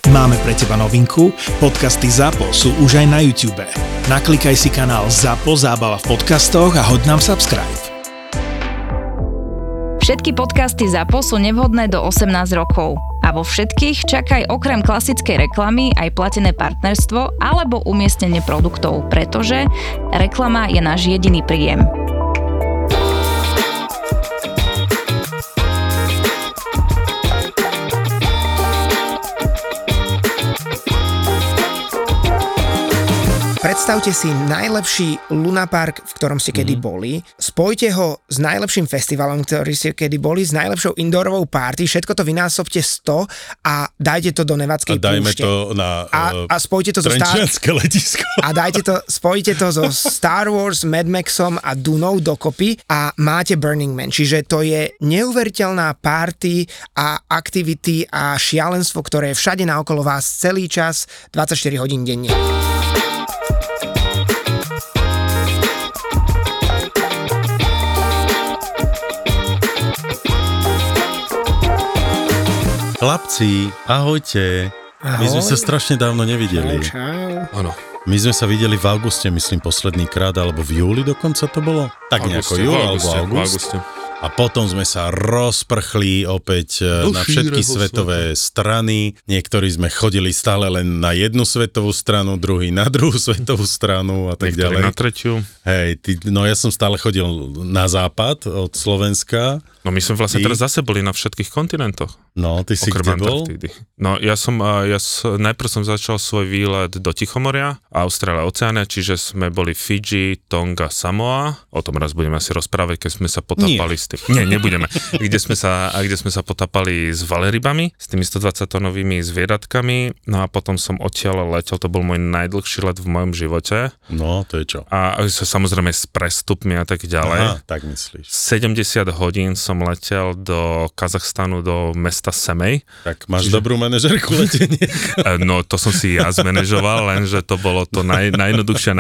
Máme pre teba novinku, podcasty ZAPO sú už aj na YouTube. Naklikaj si kanál ZAPO Zábava v podcastoch a hoď nám subscribe. Všetky podcasty ZAPO sú nevhodné do 18 rokov. A vo všetkých čakaj okrem klasickej reklamy aj platené partnerstvo alebo umiestnenie produktov, pretože reklama je náš jediný príjem. Predstavte si najlepší lunapark, v ktorom ste kedy boli. Spojte ho s najlepším festivalom, ktorý ste kedy boli, s najlepšou indoorovou party. Všetko to vynásobte 100 a dajte to do Nevadskej púšte. A dajme to na a spojte to Trenčianske letisko. A spojite to so Star Wars, Mad Maxom a Dunou dokopy a máte Burning Man. Čiže to je neuveriteľná party a aktivity a šialenstvo, ktoré je všade naokolo vás celý čas, 24 hodín denne. Chlapci, ahojte. My sme sa strašne dávno nevideli. Čau. Áno. My sme sa videli v auguste, myslím, posledný krát, alebo v júli dokonca to bolo? Tak nejako júl alebo august. A potom sme sa rozprchli opäť na všetky svetové strany. Niektorí sme chodili stále len na jednu svetovú stranu, druhý na druhú svetovú stranu a tak ďalej. Na tretiu. Hej, ja som stále chodil na západ od Slovenska. No my sme vlastne teraz zase boli na všetkých kontinentoch. No, ty si kde bol? No najprv som začal svoj výlet do Tichomoria, Austrália, Oceánia, čiže sme boli Fidži, Tonga, Samoa. O tom raz budeme asi rozprávať, keď sme sa potápali s tým. Nie, nebudeme. kde sme sa potápali s valerybami, s tými 120-tonovými zvieratkami. No a potom som odtiaľ letel, to bol môj najdlhší let v mojom živote. No, to je čo? A samozrejme s prestupmi a tak ďalej. Aha, tak myslíš. 70 hodín som letel do Kazachstanu, do mesta Semej. Tak máš dobrú manažerku letenie. No to som si ja zmanéžoval, lenže to bolo to najjednoduchšie.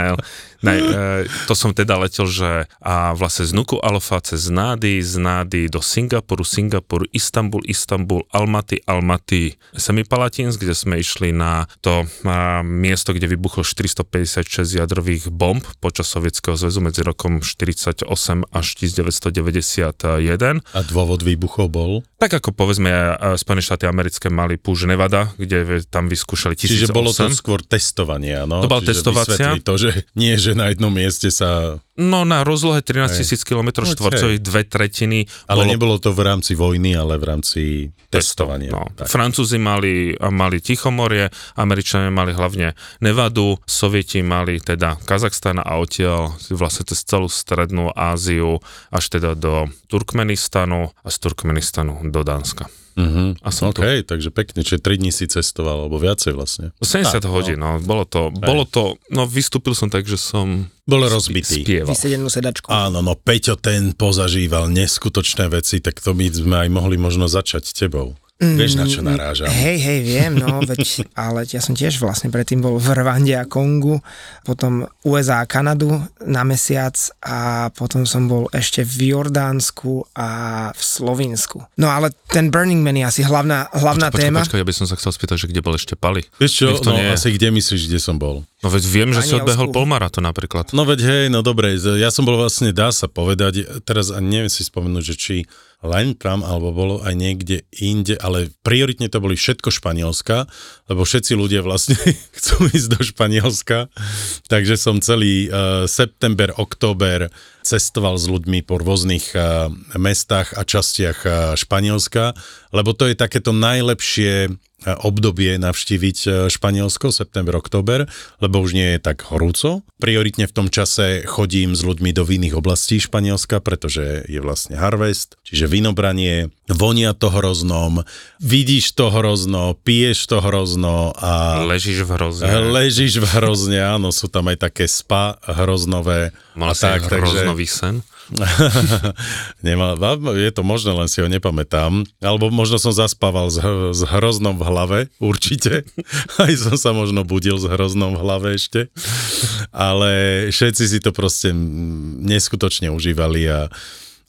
To som teda letel, že a vlastne z Nuku Alofa cez Nády do Singapuru, Istanbul, Almaty, Semipalatinsk, kde sme išli na to miesto, kde vybuchlo 456 jadrových bomb počas Sovietskeho zväzu medzi rokom 48 až 1991. A dôvod výbuchov bol? Tak ako povedzme, Spojené štáty americké mali púšť Nevada, kde tam vyskúšali 1008. Čiže bolo to skôr testovanie, áno? To bola testovacia. Vysvetli to, že nie, že na jednom mieste sa... No na rozlohe 13 000 km štvorcových 2/3. Ale nebolo to v rámci vojny, ale v rámci testovania. No. Francúzi mali Tichomorie, Američania mali hlavne Nevadu, Sovieti mali teda Kazachstan a odtiaľ vlastne cez celú strednú Áziu až teda do Turkmenistanu a z Turkmenistanu do Dánska. OK, takže pekne, čiže 3 dní si cestoval, alebo viacej vlastne. 70 hodín, no, bolo to, vystúpil som tak, že som bol rozbitý. Spieval. Vysedenú sedačku. Áno, no Peťo ten pozažíval neskutočné veci, tak to my sme aj mohli možno začať tebou. Vieš, na čo narážam? Hej, viem, no, ale ja som tiež vlastne predtým bol v Rwande a Kongu, potom USA a Kanadu na mesiac a potom som bol ešte v Jordánsku a v Slovinsku. No ale ten Burning Man je asi hlavná téma. Počkaj, ja by som sa chcel spýtať, že kde bol ešte Pali? Vieš čo, asi kde myslíš, kde som bol? No veď viem, že si odbehol polmaratón napríklad. No veď hej, no dobre, ja som bol vlastne, dá sa povedať, teraz neviem si spomenúť, že či len tam, alebo bolo aj niekde inde, ale prioritne to boli všetko Španielska, lebo všetci ľudia vlastne chcú ísť do Španielska, takže som celý september, október cestoval s ľuďmi po rôznych mestách a častiach Španielska, lebo to je takéto najlepšie obdobie navštíviť Španielsko, september, október, lebo už nie je tak horúco. Prioritne v tom čase chodím s ľuďmi do vinných oblastí Španielska, pretože je vlastne harvest, čiže vinobranie, vonia to hroznom, vidíš to hrozno, piješ to hrozno a... Ležíš v hrozne, áno, sú tam aj také spa hroznové. Mal si hroznový sen? Je to možné, len si ho nepamätám. Alebo možno som zaspával s hroznom v hlave, určite. Aj som sa možno budil s hroznom v hlave ešte. Ale všetci si to proste neskutočne užívali a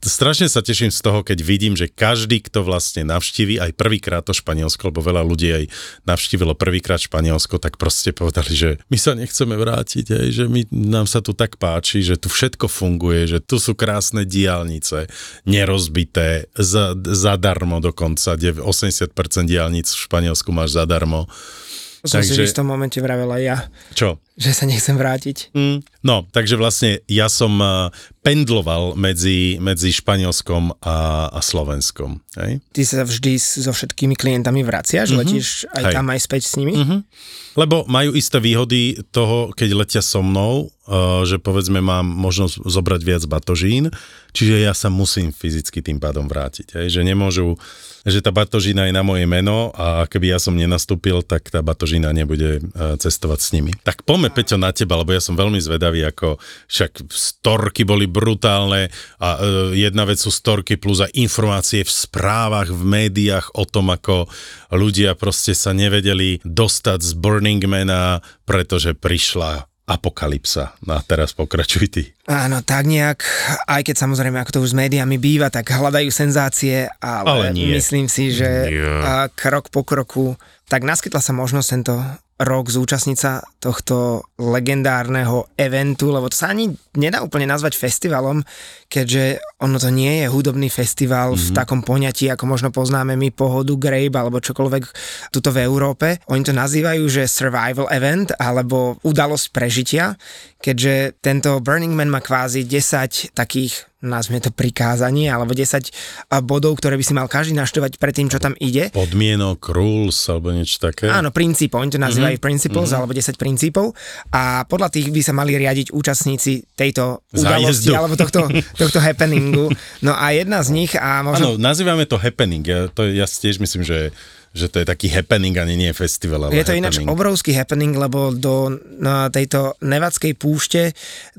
strašne sa teším z toho, keď vidím, že každý, kto vlastne navštíví aj prvýkrát to Španielsko, lebo veľa ľudí aj navštívilo prvýkrát Španielsko, tak proste povedali, že my sa nechceme vrátiť, že nám sa tu tak páči, že tu všetko funguje, že tu sú krásne diaľnice, nerozbité, zadarmo dokonca, 80% diaľnic v Španielsku máš zadarmo. To som si v istom momente vravel aj ja. Čo? Že sa nechcem vrátiť. No, takže vlastne ja som pendloval medzi Španielskom a Slovenskom. Hej? Ty sa vždy so všetkými klientami vraciaš, letíš aj tam aj späť s nimi? Lebo majú isté výhody toho, keď letia so mnou, že povedzme mám možnosť zobrať viac batožín, čiže ja sa musím fyzicky tým pádom vrátiť. Hej? Že nemôžu, že tá batožína je na moje meno a keby ja som nenastúpil, tak tá batožína nebude cestovať s nimi. Tak poďme, Peťo, na teba, lebo ja som veľmi zvedavý, ako však storky boli brutálne a jedna vec sú storky plus aj informácie v správach, v médiách o tom, ako ľudia proste sa nevedeli dostať z Burning Mana, pretože prišla apokalypsa. No a teraz pokračuj ty. Áno, tak nejak, aj keď samozrejme, ako to už s médiami býva, tak hľadajú senzácie, ale myslím si, že krok po kroku, tak naskytla sa možnosť tento rok zúčastniť sa tohto legendárneho eventu, lebo to sa ani nedá úplne nazvať festivalom, keďže ono to nie je hudobný festival v takom poňatí, ako možno poznáme my Pohodu, Grape alebo čokoľvek tuto v Európe. Oni to nazývajú, že survival event alebo udalosť prežitia, keďže tento Burning Man má kvázi 10 takých, nazvime to prikázaní, alebo 10 bodov, ktoré by si mal každý naštudovať pred tým, čo tam ide. Podmienok, rules, alebo niečo také? Áno, princípov, oni to nazývajú principles, alebo 10 princípov a podľa tých by sa mali riadiť účastníci tejto udalosti, alebo tohto happeningu. No a jedna z nich a možno... Áno, nazývame to happening, ja tiež myslím, že to je taký happening, ani nie festival, ale je to happening. Ináč obrovský happening, lebo do tejto Nevadskej púšte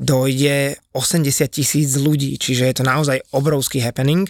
dojde 80,000 ľudí, čiže je to naozaj obrovský happening.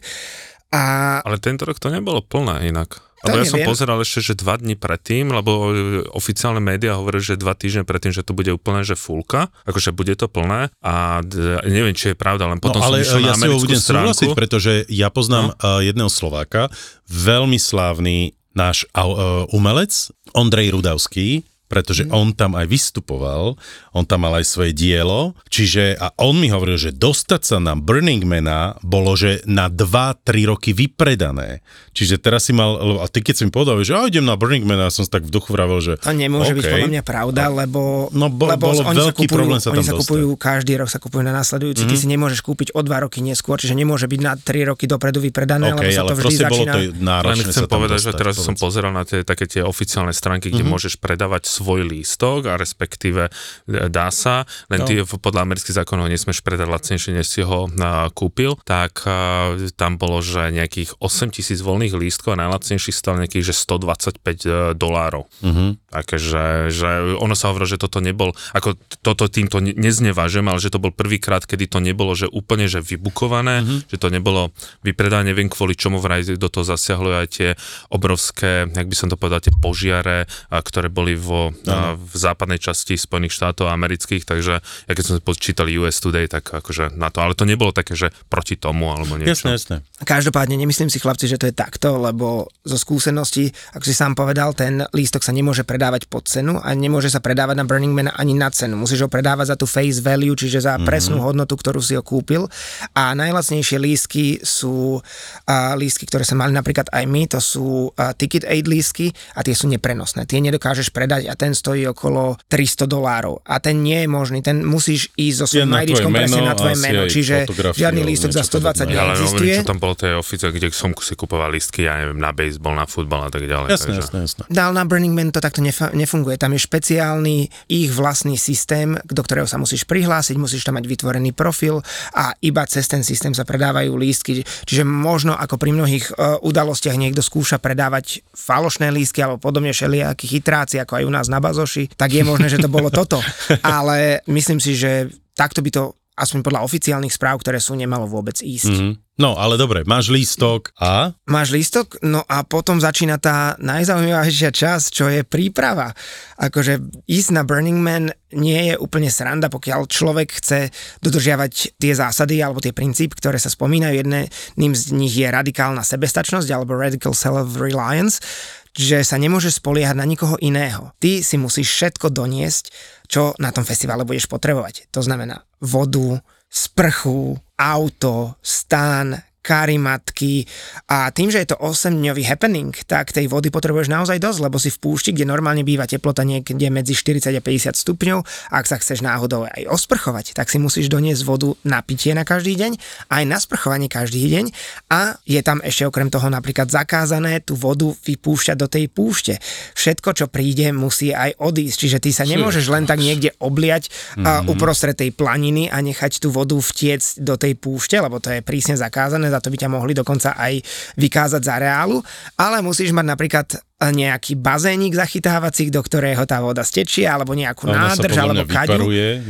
Ale tento rok to nebolo plné inak. Lebo ja som pozeral ešte, že 2 dni predtým, lebo oficiálne médiá hovorili, že 2 týždne predtým, že to bude úplne, že fullka, akože bude to plné a neviem, či je pravda, len potom som išiel na americkú stránku. Ale ja si ho budem súhlasiť, pretože ja poznám jedného Slováka, veľmi slávny náš umelec, Ondrej Rudavský, pretože on tam aj vystupoval, on tam mal aj svoje dielo, čiže a on mi hovoril, že dostať sa na Burning Mana bolo, že na 2-3 roky vypredané. Čiže teraz si mal, a ty keď si mi povedal, že idem na Burning Man, ja som si tak v duchu vravel, že to nemôže byť podľa mňa pravda, lebo bolo veľký problém sa tam dostať. Oni sa kupujú, každý rok sa kupujú na nasledujúci, ty si nemôžeš kúpiť o 2 roky neskôr, čiže nemôže byť na 3 roky dopredu vypredané, lebo sa to vždy začína. Len chcem povedať, že teraz som pozeral na také tie oficiálne stránky, kde môžeš predávať svoj lístok a respektíve dá sa, len ty podľa amerických zákonov nesmieš predať lacnejšie, než si ho kúpil, tak tam bolo, že nejakých 8,000 voľných lístkov a najlacnejší stal nejakých, že $125. Takže že ono sa hovorilo, že toto nebol, ako toto týmto neznevážem, ale že to bol prvýkrát, kedy to nebolo, že úplne, že vybukované, že to nebolo vypredané, neviem kvôli čomu vraj do toho zasiahlo aj tie obrovské, jak by som to povedal, tie požiare, ktoré boli v západnej časti Spojených štátov amerických, takže ja keď som počítal US Today, tak akože na to, ale to nebolo také, že proti tomu alebo niečo. Jasné. Každopádne nemyslím si, chlapci, že to je takto, lebo zo skúseností, ako si sám povedal, ten lístok sa nemôže predávať pod cenu a nemôže sa predávať na Burning Man ani na cenu. Musíš ho predávať za tú face value, čiže za presnú hodnotu, ktorú si ho kúpil. A najlacnejšie lístky sú lístky, ktoré sa mali napríklad aj my, to sú Ticket Aid lístky a tie sú neprenosné. Tie nedokážeš predať a ten stojí okolo $300 a ten nie je možný, ten musíš ísť so svojím majdičkom presne na tvoje meno, čiže žiadny lístok za 120 neexistuje. Ale čo tam bolo tie oficiálne, kde som si kúpoval lístky, ja neviem, na baseball, na futbal a tak ďalej. Jasné. Dál na Burning Man to takto nefunguje, tam je špeciálny ich vlastný systém, do ktorého sa musíš prihlásiť, musíš tam mať vytvorený profil a iba cez ten systém sa predávajú lístky, čiže možno ako pri mnohých udalostiach niekto skúša predávať falošné lístky alebo podobne všelijakí chytráci, ako aj u nás na Bazoši, tak je možné, že to bolo toto. Ale myslím si, že takto by to aspoň podľa oficiálnych správ, ktoré sú, nemalo vôbec ísť. No, ale dobre, máš lístok a? Máš lístok, no a potom začína tá najzaujímavejšia časť, čo je príprava. Akože ísť na Burning Man nie je úplne sranda, pokiaľ človek chce dodržiavať tie zásady alebo tie princípy, ktoré sa spomínajú. Jedným z nich je radikálna sebestačnosť alebo radical self-reliance, že sa nemôže spoliehať na nikoho iného. Ty si musíš všetko doniesť, čo na tom festivale budeš potrebovať. To znamená vodu, sprchu, auto, stán, karimatky a tým, že je to 8-dňový happening, tak tej vody potrebuješ naozaj dosť, lebo si v púšti, kde normálne býva teplota niekde medzi 40 a 50 stupňov a ak sa chceš náhodou aj osprchovať, tak si musíš doniesť vodu na pitie na každý deň, aj na sprchovanie každý deň a je tam ešte okrem toho napríklad zakázané tú vodu vypúšťať do tej púšte. Všetko, čo príde, musí aj odísť, čiže ty sa nemôžeš len tak niekde obliať uprostred tej planiny a nechať tú vodu vtiecť do tej púšte, lebo to je prísne zakázané, za to by ťa mohli dokonca aj vykázať za reálu, ale musíš mať napríklad nejaký bazénik zachytávací, do ktorého tá voda stečie, alebo nejakú nádrž, alebo kaďu.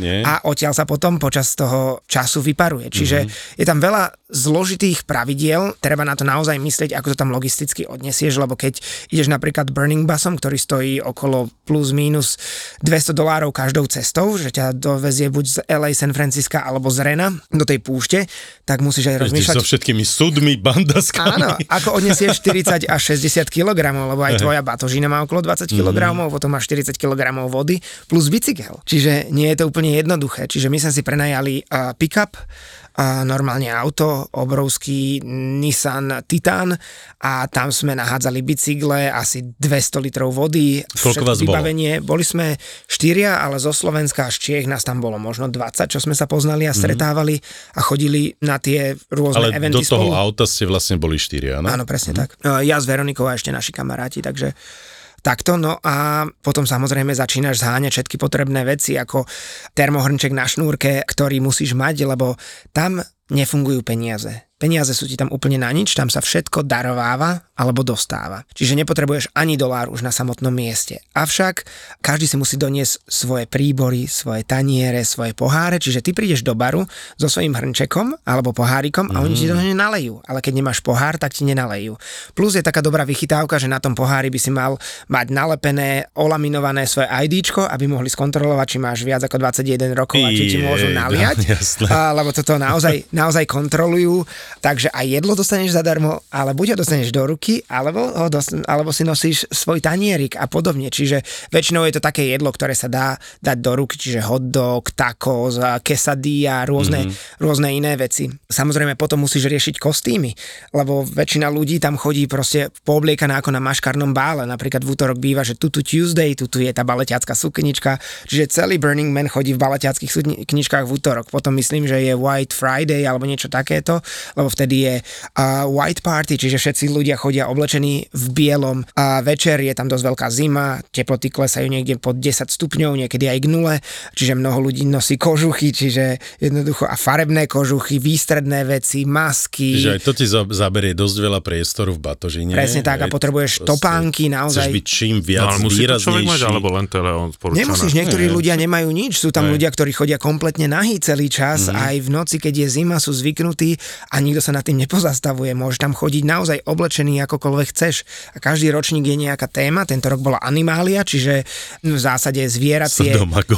A odtiaľ sa potom počas toho času vyparuje. Čiže je tam veľa zložitých pravidiel, treba na to naozaj myslieť, ako to tam logisticky odnesieš, lebo keď ideš napríklad Burning Busom, ktorý stojí okolo plus minus $200 každou cestou, že ťa dovezie buď z LA, San Francisca, alebo z Rena do tej púšte, tak musíš aj rozmýšľať. So všetkými súdmi, bandaskami. Áno, ako odnesieš 40 až 60 kg, lebo aj tvoja batožina má okolo 20 kg, potom máš 40 kg vody plus bicykel. Čiže nie je to úplne jednoduché. Čiže my sme si prenajali pick-up, normálne auto, obrovský Nissan Titan a tam sme nahádzali bicykle, asi 200 litrov vody. Koľko vás vybavenie. Boli sme 4, ale zo Slovenska až Čiech nás tam bolo možno 20, čo sme sa poznali a stretávali a chodili na tie rôzne eventy spolu. Ale do toho auta ste vlastne boli 4, áno? Áno, presne tak. Ja s Veronikou a ešte naši kamaráti, takže takto, no a potom samozrejme začínaš zháňať všetky potrebné veci, ako termohrnček na šnúrke, ktorý musíš mať, lebo tam nefungujú peniaze. Peniaze sú ti tam úplne na nič, tam sa všetko darováva alebo dostáva. Čiže nepotrebuješ ani dolár už na samotnom mieste. Avšak každý si musí doniesť svoje príbory, svoje taniere, svoje poháre, čiže ty prídeš do baru so svojím hrnčekom alebo pohárikom a oni ti to nalejú. Ale keď nemáš pohár, tak ti nenalejú. Plus je taká dobrá vychytávka, že na tom pohári by si mal mať nalepené, olaminované svoje IDčko, aby mohli skontrolovať, či máš viac ako 21 rokov a či ti môžu naliať. Lebo toto naozaj kontrolujú. Takže aj jedlo dostaneš zadarmo, ale buď ho dostaneš do ruky, alebo si nosíš svoj tanierik a podobne. Čiže väčšinou je to také jedlo, ktoré sa dá dať do ruky, čiže hot dog, tacos, quesadilla, rôzne iné veci. Samozrejme potom musíš riešiť kostýmy, lebo väčšina ľudí tam chodí proste poobliekaná ako na maškarnom bále. Napríklad v útorok býva, že tutu Tuesday, tutu je tá baleťácka suknička, čiže celý Burning Man chodí v baleťáckych sukničkách v útorok. Potom myslím, že je White Friday alebo niečo takéto, lebo vtedy je White Party, čiže všetci ľudia chodia oblečení v bielom a večer je tam dosť veľká zima, teploty klesajú niekde pod 10 stupňov, niekedy aj k nule, čiže mnoho ľudí nosí kožuchy, čiže jednoducho a farebné kožuchy, výstredné veci, masky. Čiže aj to ti zaberie dosť veľa priestoru v batožine. Presne tak, a potrebuješ topánky naozaj. Chceš byť čím viac výraznejší. Alebo len odporúčané. Nemusíš, niektorí ľudia nemajú nič, sú tam ľudia, ktorí chodia kompletne nahý celý čas, aj v noci, keď je zima, sú zvyknutí a nikto sa nad tým nepozastavuje. Môžeš tam chodiť naozaj oblečený akokoľvek chceš. A každý ročník je nejaká téma. Tento rok bola animália, čiže v zásade zvieracie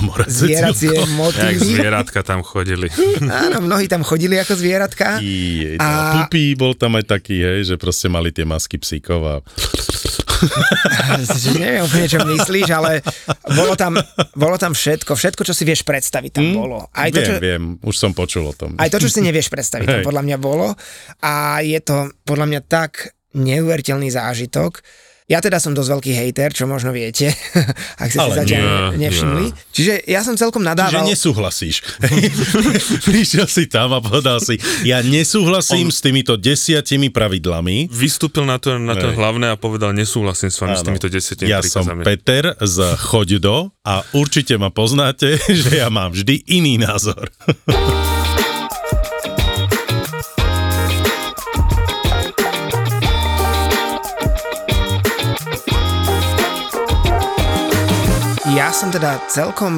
motívy. Jak zvieratka tam chodili. Áno, mnohí tam chodili ako zvieratka. A Pupí bol tam aj taký, že proste mali tie masky psíkov a... Neviem úplne, čo myslíš, ale bolo tam všetko, čo si vieš predstaviť, tam bolo. Aj viem, už som počul o tom. Aj to, čo si nevieš predstaviť, tam podľa mňa bolo. A je to podľa mňa tak neuveriteľný zážitok. Ja teda som dosť veľký hejter, čo možno viete, ak ste si zatiaľ nevšimli. Čiže ja som celkom nadával. Čiže nesúhlasíš. Prišiel si tam a povedal si, ja nesúhlasím s týmito 10 pravidlami. Vystúpil na to hlavné a povedal, nesúhlasím s vami s týmito 10 príkazami. Ja som Peter z Choďdo a určite ma poznáte, že ja mám vždy iný názor. Ja som teda celkom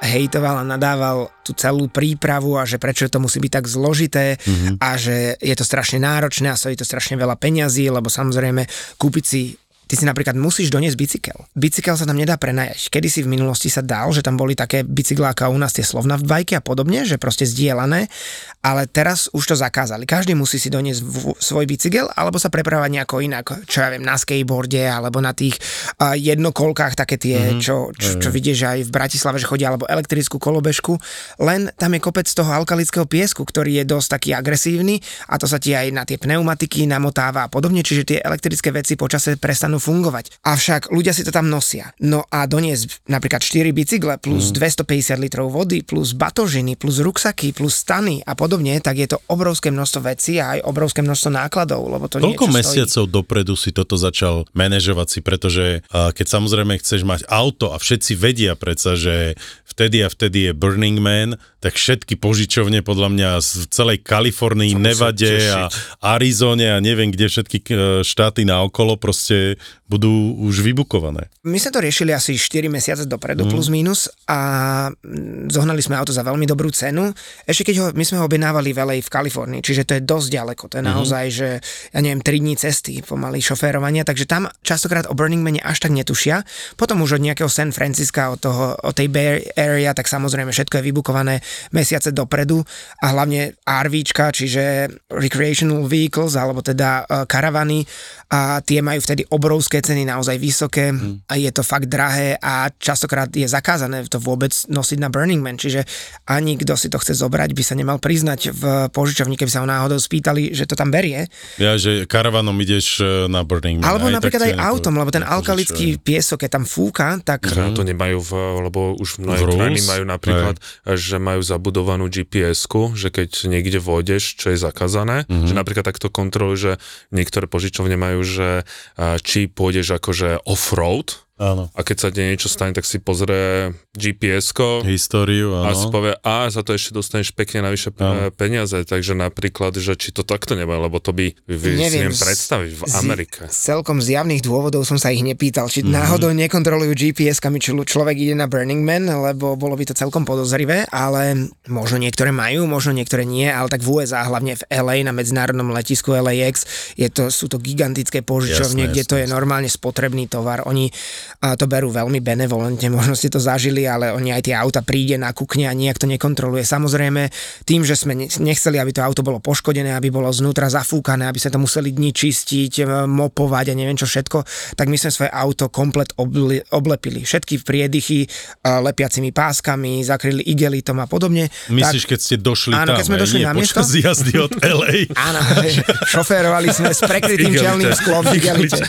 hejtoval a nadával tú celú prípravu a že prečo to musí byť tak zložité a že je to strašne náročné a stojí to strašne veľa peňazí, lebo samozrejme kúpiť si. Ty si napríklad musíš doniesť bicykel. Bicykel sa tam nedá prenajať. Kedysi v minulosti sa dal, že tam boli také bicyklá ako u nás tie Slovnaft-bajky a podobne, že proste zdieľané, ale teraz už to zakázali. Každý musí si doniesť svoj bicykel alebo sa prepravať nejako inak, čo ja viem, na skateboarde alebo na tých jednokolkách, také tie, čo vidieš aj v Bratislave, že chodia, alebo elektrickú kolobežku. Len tam je kopec toho alkalického piesku, ktorý je dosť taký agresívny a to sa ti aj na tie pneumatiky namotáva a podobne, čiže tie elektrické veci počase prestanú fungovať. Avšak ľudia si to tam nosia. No a doniesť napríklad 4 bicykle plus 250 litrov vody plus batožiny plus ruksaky plus stany a podobne, tak je to obrovské množstvo vecí a aj obrovské množstvo nákladov, lebo to koľko niečo mesiacov dopredu si toto začal manažovať si, pretože keď samozrejme chceš mať auto a všetci vedia predsa, že vtedy a vtedy je Burning Man, tak všetky požičovne podľa mňa v celej Kalifornii, Nevade a Arizone a neviem kde všetky štáty naokolo proste budú už vybukované. My sme to riešili asi 4 mesiace dopredu, plus minus, a zohnali sme auto za veľmi dobrú cenu. Ešte keď my sme ho objednávali v LA v Kalifornii, čiže to je dosť ďaleko. To je naozaj, že ja neviem, 3 dní cesty pomaly šoférovania, takže tam častokrát o Burning Mane až tak netušia. Potom už od nejakého San Francisca, od tej Bay Area, tak samozrejme všetko je vybukované mesiace dopredu a hlavne RVčka, čiže recreational vehicles, alebo teda karavany, a tie majú vtedy obrovské ceny, naozaj vysoké a je to fakt drahé a častokrát je zakázané to vôbec nosiť na Burning Man, čiže ani kto si to chce zobrať, by sa nemal priznať v požičovni, keby sa ho náhodou spýtali, že to tam berie. Ja, že karavanom ideš na Burning Man. Alebo napríklad aj autom, lebo ten alkalický piesok, keď tam fúka, tak... To nemajú, lebo už mnohé krajiny majú napríklad, že majú zabudovanú GPS-ku, že keď niekde vôjdeš, čo je zakázané, že napríklad takto kontrolujú, že niektoré požičovne majú, že či pôjdeš akože off-road, áno. A keď sa ti niečo stane, tak si pozrie GPS-ko, históriu, áno. A si povie, za to ešte dostaneš pekne navyše peniaze, takže napríklad, že či to takto nemá, lebo to by neviem predstaviť v Amerike. Celkom z javných dôvodov som sa ich nepýtal, či náhodou nekontrolujú GPS-kami, či človek ide na Burning Man, lebo bolo by to celkom podozrivé, ale možno niektoré majú, možno niektoré nie, ale tak v USA, hlavne v LA, na medzinárodnom letisku LAX, sú to gigantické požičovne, kde to je normálne spotrebný tovar. Oni to berú veľmi benevolentne, možno ste to zažili, ale oni aj tie auta príde, nakúkne a nijak to nekontroluje. Samozrejme, tým, že sme nechceli, aby to auto bolo poškodené, aby bolo znútra zafúkané, aby sa to museli dni čistiť, mopovať a neviem čo všetko, tak my sme svoje auto komplet oblepili. Všetky priedychy lepiacimi páskami, zakryli igelitom a podobne. Myslíš, keď ste došli áno, tam, keď sme došli na miesto? Počas jazdy od LA. Áno, šoférovali sme s prekrytým čelným sklom v igelite.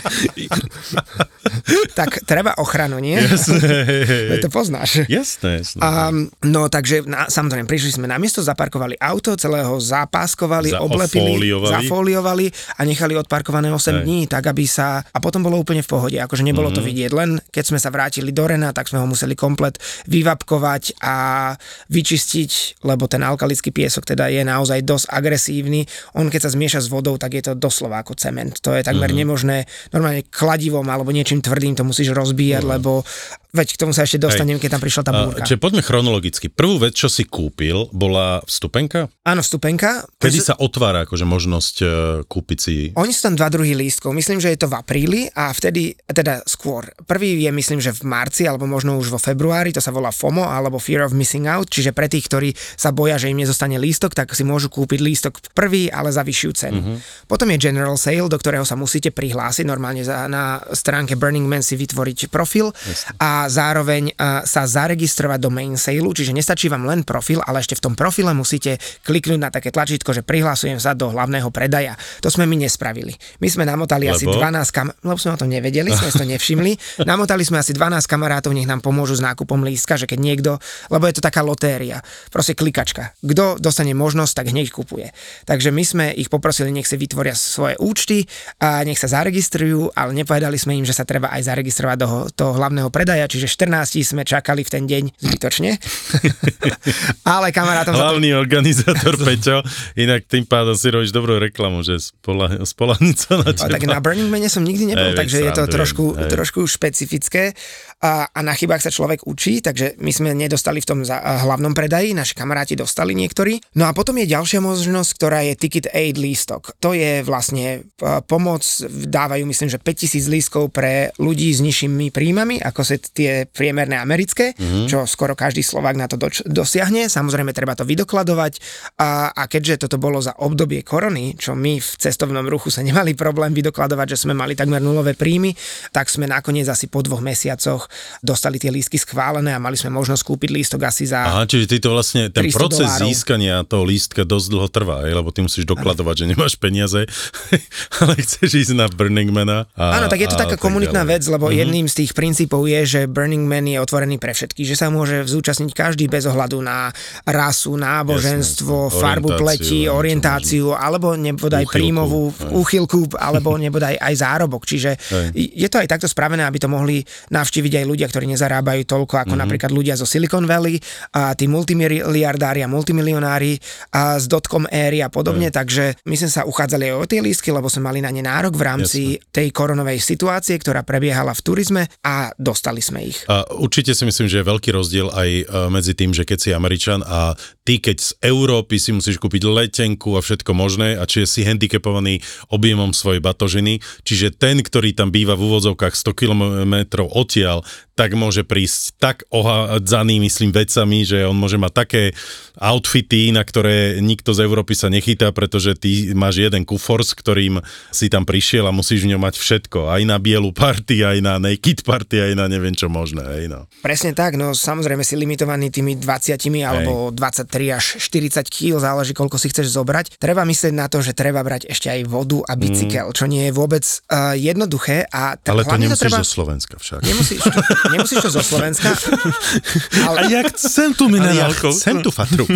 Tak treba ochranu, nie? Jasné. To poznáš. Jasné. No takže samozrejme, prišli sme na miesto, zaparkovali auto, celého zapáskovali, oblepili, zafóliovali a nechali odparkované 8 dní, tak aby sa... A potom bolo úplne v pohode, akože nebolo to vidieť. Len keď sme sa vrátili do Rena, tak sme ho museli komplet vyvapkovať a vyčistiť, lebo ten alkalický piesok teda je naozaj dosť agresívny. On keď sa zmieša s vodou, tak je to doslova ako cement. To je takmer nemožné normálne kladivom alebo niečím tvrdým to musíš rozbíjať, lebo veď k tomu sa ešte dostanem, keď tam prišla tá búrka. Čiže poďme chronologicky. Prvú vec, čo si kúpil, bola vstupenka? Áno, vstupenka. Kedy sa otvára akože možnosť kúpiť si? Oni sú tam 2 druhy lístkov. Myslím, že je to v apríli a vtedy, teda skôr. Prvý je, myslím, že v marci, alebo možno už vo februári, to sa volá FOMO, alebo Fear of Missing Out, čiže pre tých, ktorí sa boja, že im nezostane lístok, tak si môžu kúpiť lístok prvý, ale za vyššiu cenu. Potom je General Sale, do ktorého sa musíte prihlásiť, normálne na stránke Burning Man si vytvoriť profil a zároveň sa zaregistrovať do main sale, čiže nestačí vám len profil, ale ešte v tom profile musíte kliknúť na také tlačítko, že prihlásujem sa do hlavného predaja. To sme my nespravili. My sme namotali asi 12 lebo sme o tom nevedeli, sme si to nevšimli. Namotali sme asi 12 kamarátov, nech nám pomôžu s nákupom lístka, že keď niekto, lebo je to taká lotéria, proste klikačka. Kto dostane možnosť, tak hneď kupuje. Takže my sme ich poprosili, nech si vytvoria svoje účty a nech sa zaregistrujú, ale nepovedali sme im, že sa treba aj zaregistrovať do toho hlavného predaja, čiže 14 sme čakali v ten deň zbytočne. Ale kamarátom hlavný organizátor Peťo, inak tým pádom si robíš dobrú reklamu, že spolahnuť sa na teba. Tak na Burning Mane som nikdy nebol, takže je to trošku špecifické a na chybách sa človek učí, takže my sme nedostali v tom hlavnom predaji, naši kamaráti dostali niektorí. No a potom je ďalšia možnosť, ktorá je Ticket Aid lístok. To je vlastne pomoc, dávajú myslím, že 5000 lístkov pre ľudí s nižšími príjmami, ako sa tie priemerné americké, čo skoro každý Slovák na to dosiahne. Samozrejme, treba to vydokladovať a keďže toto bolo za obdobie korony, čo my v cestovnom ruchu sa nemali problém vydokladovať, že sme mali takmer nulové príjmy, tak sme nakoniec asi po 2 mesiacoch dostali tie lístky schválené a mali sme možnosť kúpiť lístok asi za Aha, čiže ty to vlastne, ten proces získania toho lístka dosť dlho trvá, lebo ty musíš dokladovať, že nemáš peniaze, ale chceš ísť na Burning Mana. Áno, tak je to taká komunitná vec, lebo jedným z tých princípov je, že Burning Man je otvorený pre všetkých, že sa môže zúčastniť každý bez ohľadu na rasu, náboženstvo, farbu pleti, orientáciu, alebo nebodaj príjmovú úchylku, alebo nebodaj aj zárobok. Čiže je to aj takto spravené, aby to mohli navštíviť aj ľudia, ktorí nezarábajú toľko ako napríklad ľudia zo Silicon Valley, a tí multimiliardári a multimilionári a z dotcom éry a podobne, takže my sme sa uchádzali aj o tie lístky, lebo sme mali na ne nárok v rámci tej koronovej situácie, ktorá prebiehala v turizme a dostali sme ich. A určite si myslím, že je veľký rozdiel aj medzi tým, že keď si Američan a ty keď z Európy si musíš kúpiť letenku a všetko možné a či si handicapovaný objemom svojej batožiny, čiže ten, ktorý tam býva v úvodzovkách 100 kilometrov odtiaľ, tak môže prísť tak ohádzaný, myslím, vecami, že on môže mať také outfity, na ktoré nikto z Európy sa nechytá, pretože ty máš jeden kufor, s ktorým si tam prišiel a musíš v ňom mať všetko. Aj na bielu party, aj na naked party, aj na neviem čo možné. Hej, no. Presne tak, no samozrejme si limitovaný tými 20 alebo 23 až 40 kg, záleží koľko si chceš zobrať. Treba myslieť na to, že treba brať ešte aj vodu a bicykel, čo nie je vôbec jednoduché. Ale to nemusíš zo Slovenska však. Nemusíš to zo Slovenska. Ale ja chcem tú minerálku. Ja chcem tú fatru.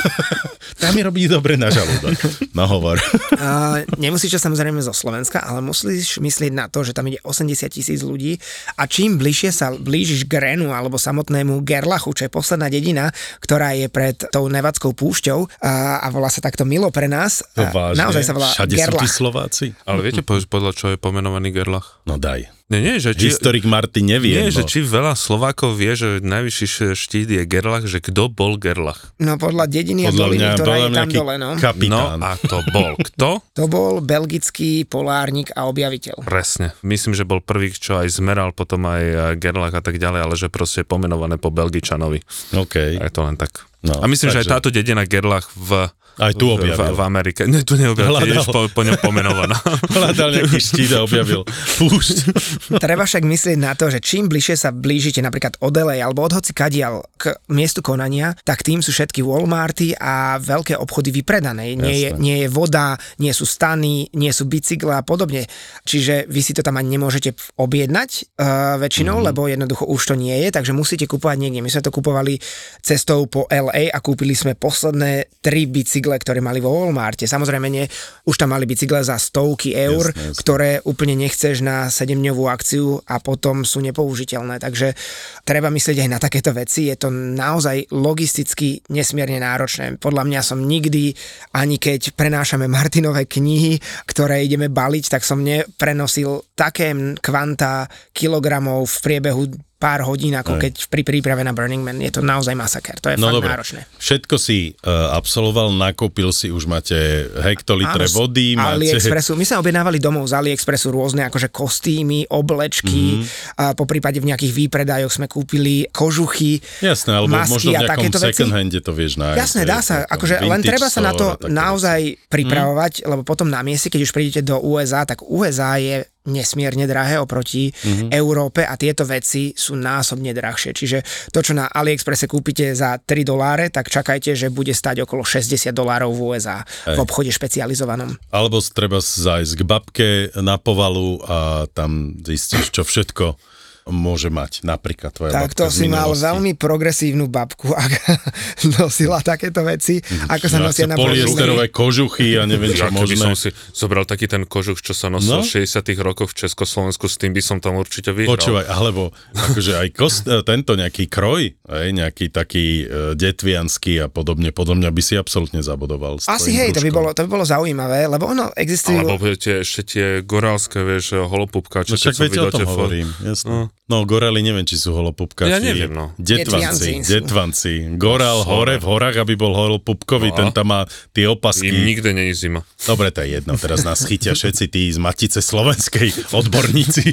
Tá mi robí dobre na žalúdok. No hovor. Nemusíš to samozrejme zo Slovenska, ale musíš myslieť na to, že tam ide 80,000 ľudí a čím bližšie sa blížiš k Renu alebo samotnému Gerlachu, čo je posledná dedina, ktorá je pred tou Nevadskou púšťou a volá sa takto milo pre nás. Naozaj sa volá všade Gerlach. Sú tí Slováci. Ale viete podľa čo je pomenovaný Gerlach? No daj. Nie, že či, historik Martin nevie. Nie, že či veľa Slovákov vie, že najvyšší štít je Gerlach, že kto bol Gerlach? No podľa dediny a doliny, ktorá je tam dole, no. Kapitán. No a to bol kto? To bol belgický polárnik a objaviteľ. Presne. Myslím, že bol prvý, čo aj zmeral potom aj Gerlach a tak ďalej, ale že proste je pomenované po Belgičanovi. OK. A je to len tak. No, a myslím, že aj táto dedina Gerlach aj tu objavil. V Amerike. Nie, tu neobjavil, tiež po ňom pomenovaná. Hľadal nejaký štít a objavil púšť. Treba však myslieť na to, že čím bližšie sa blížite napríklad od LA alebo od hocikadiaľ k miestu konania, tak tým sú všetky Walmarty a veľké obchody vypredané. Nie je voda, nie sú stany, nie sú bicykle a podobne. Čiže vy si to tam ani nemôžete objednať väčšinou, lebo jednoducho už to nie je, takže musíte kupovať niekde. My sme to kupovali cestou po LA a kúpili sme posledné 3 bicykle, ktoré mali vo Walmarte. Samozrejme už tam mali bicykle za stovky eur, jasne. Ktoré úplne nechceš na 7-dňovú akciu a potom sú nepoužiteľné. Takže treba myslieť aj na takéto veci. Je to naozaj logisticky nesmierne náročné. Podľa mňa som nikdy, ani keď prenášame Martinové knihy, ktoré ideme baliť, tak som neprenosil také kvanta kilogramov v priebehu pár hodín, ako keď pri príprave na Burning Man. Je to naozaj masaker. To je fakt náročné. Všetko si absolvoval, nakúpil si, už máte hektolitre vody. AliExpressu. My sa objednávali domov z AliExpressu rôzne akože kostýmy, oblečky, a po prípade v nejakých výpredajoch sme kúpili kožuchy, jasné, alebo masky možno v a takéto veci. second hande to vieš nájsť. Jasné, dá sa. Akože len treba sa na to naozaj pripravovať, lebo potom na mieste, keď už prídete do USA, tak USA je nesmierne drahé oproti Európe a tieto veci sú násobne drahšie. Čiže to, čo na AliExpresse kúpite za $3, tak čakajte, že bude stať okolo $60 v USA v obchode špecializovanom. Alebo treba zájsť k babke na povalu a tam zistíš, čo všetko môže mať napríklad tvoja tak babka to si mal veľmi progresívnu babku, ak nosila takéto veci, ako sa nosia na polyesterové kožuchy a neviem čo možné. Keby som si zobral taký ten kožuch, čo sa nosil v 60 rokoch v Československu, s tým by som tam určite vyhral. Počúvaj, alebo akože aj tento nejaký kroj, nejaký taký detviansky a podobne, podľa mňa by si absolútne zabodoval. Asi hej, to by bolo zaujímavé, lebo ono existujú... Alebo ešte tie gorálske, vieš, holopupka, čo keď som videl tie hovorím, jasno. No, gorely neviem, či sú holopupkači. Ja neviem, no. Detvanci. Gorál hore v horách, aby bol holopupkový, ten tam má tie opasky. Im nikde nie je zima. Dobre, to je jedno, teraz nás chytia všetci tí z Matice slovenskej odborníci.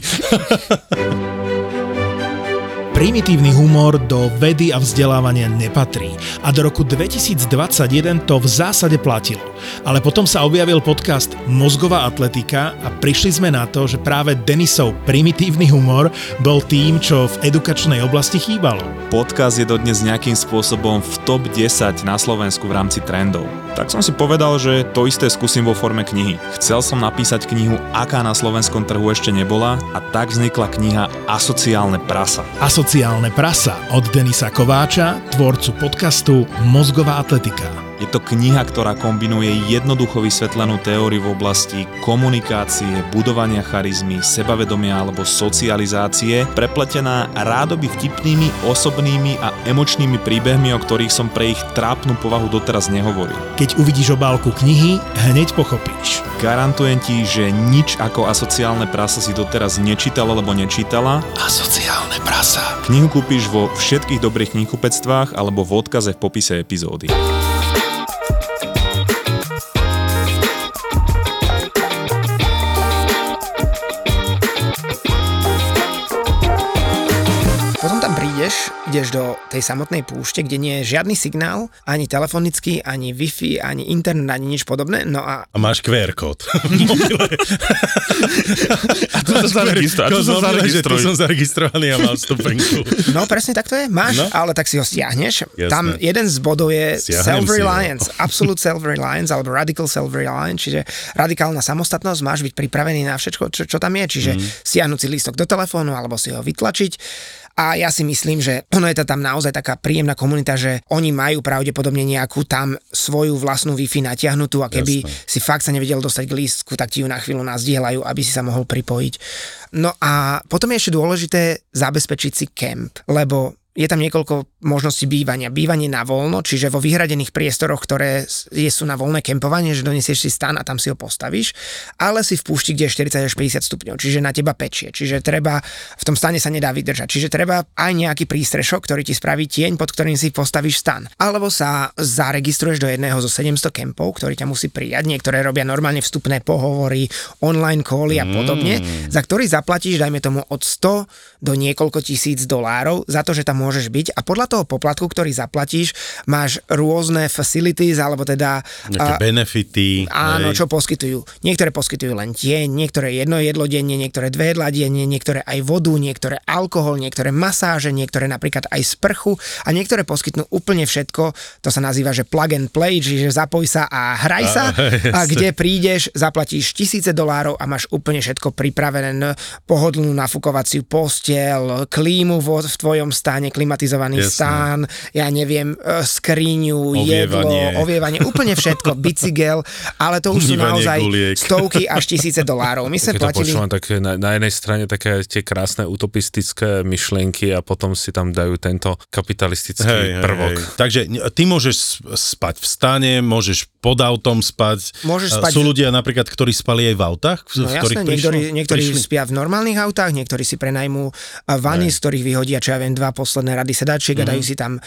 Primitívny humor do vedy a vzdelávania nepatrí a do roku 2021 to v zásade platilo. Ale potom sa objavil podcast Mozgová atletika a prišli sme na to, že práve Denisov primitívny humor bol tým, čo v edukačnej oblasti chýbalo. Podcast je dodnes nejakým spôsobom v top 10 na Slovensku v rámci trendov. Tak som si povedal, že to isté skúsim vo forme knihy. Chcel som napísať knihu, aká na slovenskom trhu ešte nebola, a tak vznikla kniha Asociálne prasa. Asociálne prasa od Denisa Kováča, tvorcu podcastu Mozgová atletika. Je to kniha, ktorá kombinuje jednoducho vysvetlenú teóriu v oblasti komunikácie, budovania charizmy, sebavedomia alebo socializácie, prepletená rádoby vtipnými, osobnými a emočnými príbehmi, o ktorých som pre ich trápnu povahu doteraz nehovoril. Keď uvidíš obálku knihy, hneď pochopíš. Garantujem ti, že nič ako Asociálne prasa si doteraz nečítal alebo nečítala. Asociálne prasa. Knihu kúpiš vo všetkých dobrých knihkupectvách alebo v odkaze v popise epizódy. Ideš do tej samotnej púšte, kde nie je žiadny signál, ani telefonický, ani Wi-Fi, ani internet, ani nič podobné. No a máš QR kód. A tu sa zaregistruj. Tu som zaregistrovaný a mám vstupenku. No presne tak to je. Máš, ale tak si ho stiahneš. Jasné. Tam jeden z bodov je self-reliance, absolute self-reliance alebo radical self-reliance, čiže radikálna samostatnosť, máš byť pripravený na všetko, čo tam je, čiže stiahnuť si lístok do telefónu alebo si ho vytlačiť. A ja si myslím, že ono je to tam naozaj taká príjemná komunita, že oni majú pravdepodobne nejakú tam svoju vlastnú Wi-Fi natiahnutú a keby si fakt sa nevedel dostať k lístku, tak ti ju na chvíľu nazdieľajú, aby si sa mohol pripojiť. No a potom je ešte dôležité zabezpečiť si kemp, lebo je tam niekoľko možností bývania. Bývanie na voľno, čiže vo vyhradených priestoroch, ktoré sú na voľné kempovanie, že donesieš si stan a tam si ho postavíš, ale si v púšti, kde je 40 až 50 stupňov, čiže na teba pečie, čiže treba, v tom stane sa nedá vydržať, čiže treba aj nejaký prístrešok, ktorý ti spraví tieň, pod ktorým si postavíš stan. Alebo sa zaregistruješ do jedného zo 700 kempov, ktorý ťa musí prijať, niektoré robia normálne vstupné pohovory, online cally a podobne, za ktorý zaplatíš, dajme tomu od 100 do niekoľko $1000 za to, že tam môžeš byť a podľa toho poplatku, ktorý zaplatíš, máš rôzne facilities, alebo teda... Nejaké benefity. Áno, čo poskytujú. Niektoré poskytujú len tieň, niektoré jedno jedlo denne, niektoré dve jedlá denne, niektoré aj vodu, niektoré alkohol, niektoré masáže, niektoré napríklad aj sprchu a niektoré poskytnú úplne všetko. To sa nazýva, že plug and play, čiže zapoj sa a hraj sa. A kde prídeš, zaplatíš $1000 a máš úplne všetko pripravené, pohodlnú nafukovaciu posteľ, klímu v tvojom stane, klimatizovaný stán, ja neviem, skriňu, jedlo, ovievanie, úplne všetko, bicykel, ale to už sú naozaj stovky až $1000. My sme platili... Počúvam, tak na jednej strane také tie krásne utopistické myšlienky a potom si tam dajú tento kapitalistický prvok. Takže ty môžeš spať v stane, môžeš pod autom spať. Sú ľudia napríklad, ktorí spali aj v autách? No jasné, niektorí spia v normálnych autách, niektorí si prenajmú vany, z ktorých vyhodia, čo ja viem, 2 posledné rady sedačiek a dajú si tam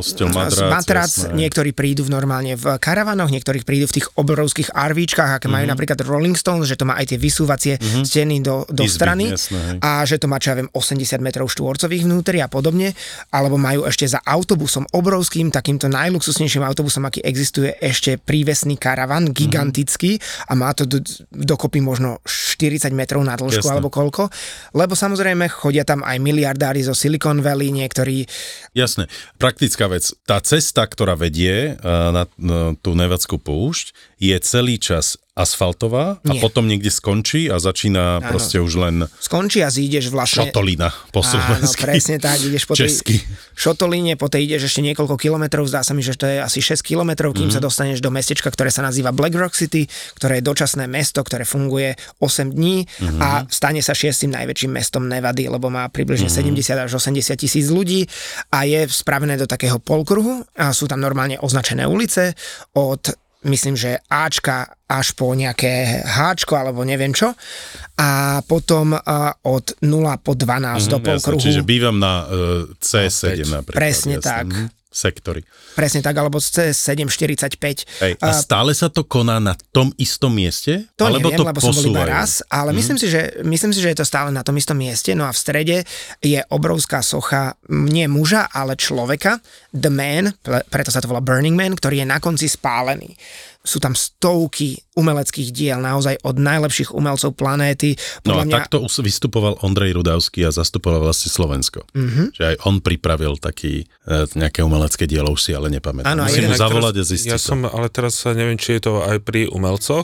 matrac. Niektorí prídu normálne v karavanoch, niektorí prídu v tých obrovských RVčkách, aké majú napríklad Rolling Stones, že to má aj tie vysúvacie steny do strany a že to má, čo ja viem, 80 metrov štvorcových vnútri a podobne, alebo majú ešte za autobusom obrovským, takýmto najluxusnejším autobusom, aký existuje, ešte prívesný karavan, gigantický a má to dokopy možno 40 metrov na dĺžku alebo koľko, lebo samozrejme chodia tam aj miliardári zo Silicon Valley, niektorí... Jasné. Praktická vec. Tá cesta, ktorá vedie na tú Nevadskú púšť, je celý čas asfaltová a Nie. potom niekde skončí a začína proste už len Skončí a zídeš vlastne... šotolina po slovensky. Áno, presne tak, ideš po tej Česky. šotolíne, po tej ideš ešte niekoľko kilometrov, zdá sa mi, že to je asi 6 kilometrov, kým sa dostaneš do mestečka, ktoré sa nazýva Black Rock City, ktoré je dočasné mesto, ktoré funguje 8 dní a stane sa 6. najväčším mestom Nevady, lebo má približne 70 až 80 tisíc ľudí a je spravené do takého polkruhu a sú tam normálne označené ulice od myslím, že Ačka až po nejaké Háčko alebo neviem čo a potom od 0 po 12 do polkruhu. Čiže bývam na C7 napríklad. Presne tak. Sektory. Presne tak, alebo C745. Hej, a stále sa to koná na tom istom mieste? To alebo neviem, to lebo som bol iba posúvajú? raz, ale myslím si, že je to stále na tom istom mieste. No a v strede je obrovská socha nie muža, ale človeka, The Man, preto sa to volá Burning Man, ktorý je na konci spálený. Sú tam stovky umeleckých diel, naozaj od najlepších umelcov planéty. No a takto vystupoval Ondrej Rudavský a zastupoval vlastne Slovensko. Že aj on pripravil taký nejaké umelecké dielo, už si ale nepamätám. Áno, musím mu inak zavolať teraz, a zistiť ja som, ale teraz neviem, či je to aj pri umelcoch,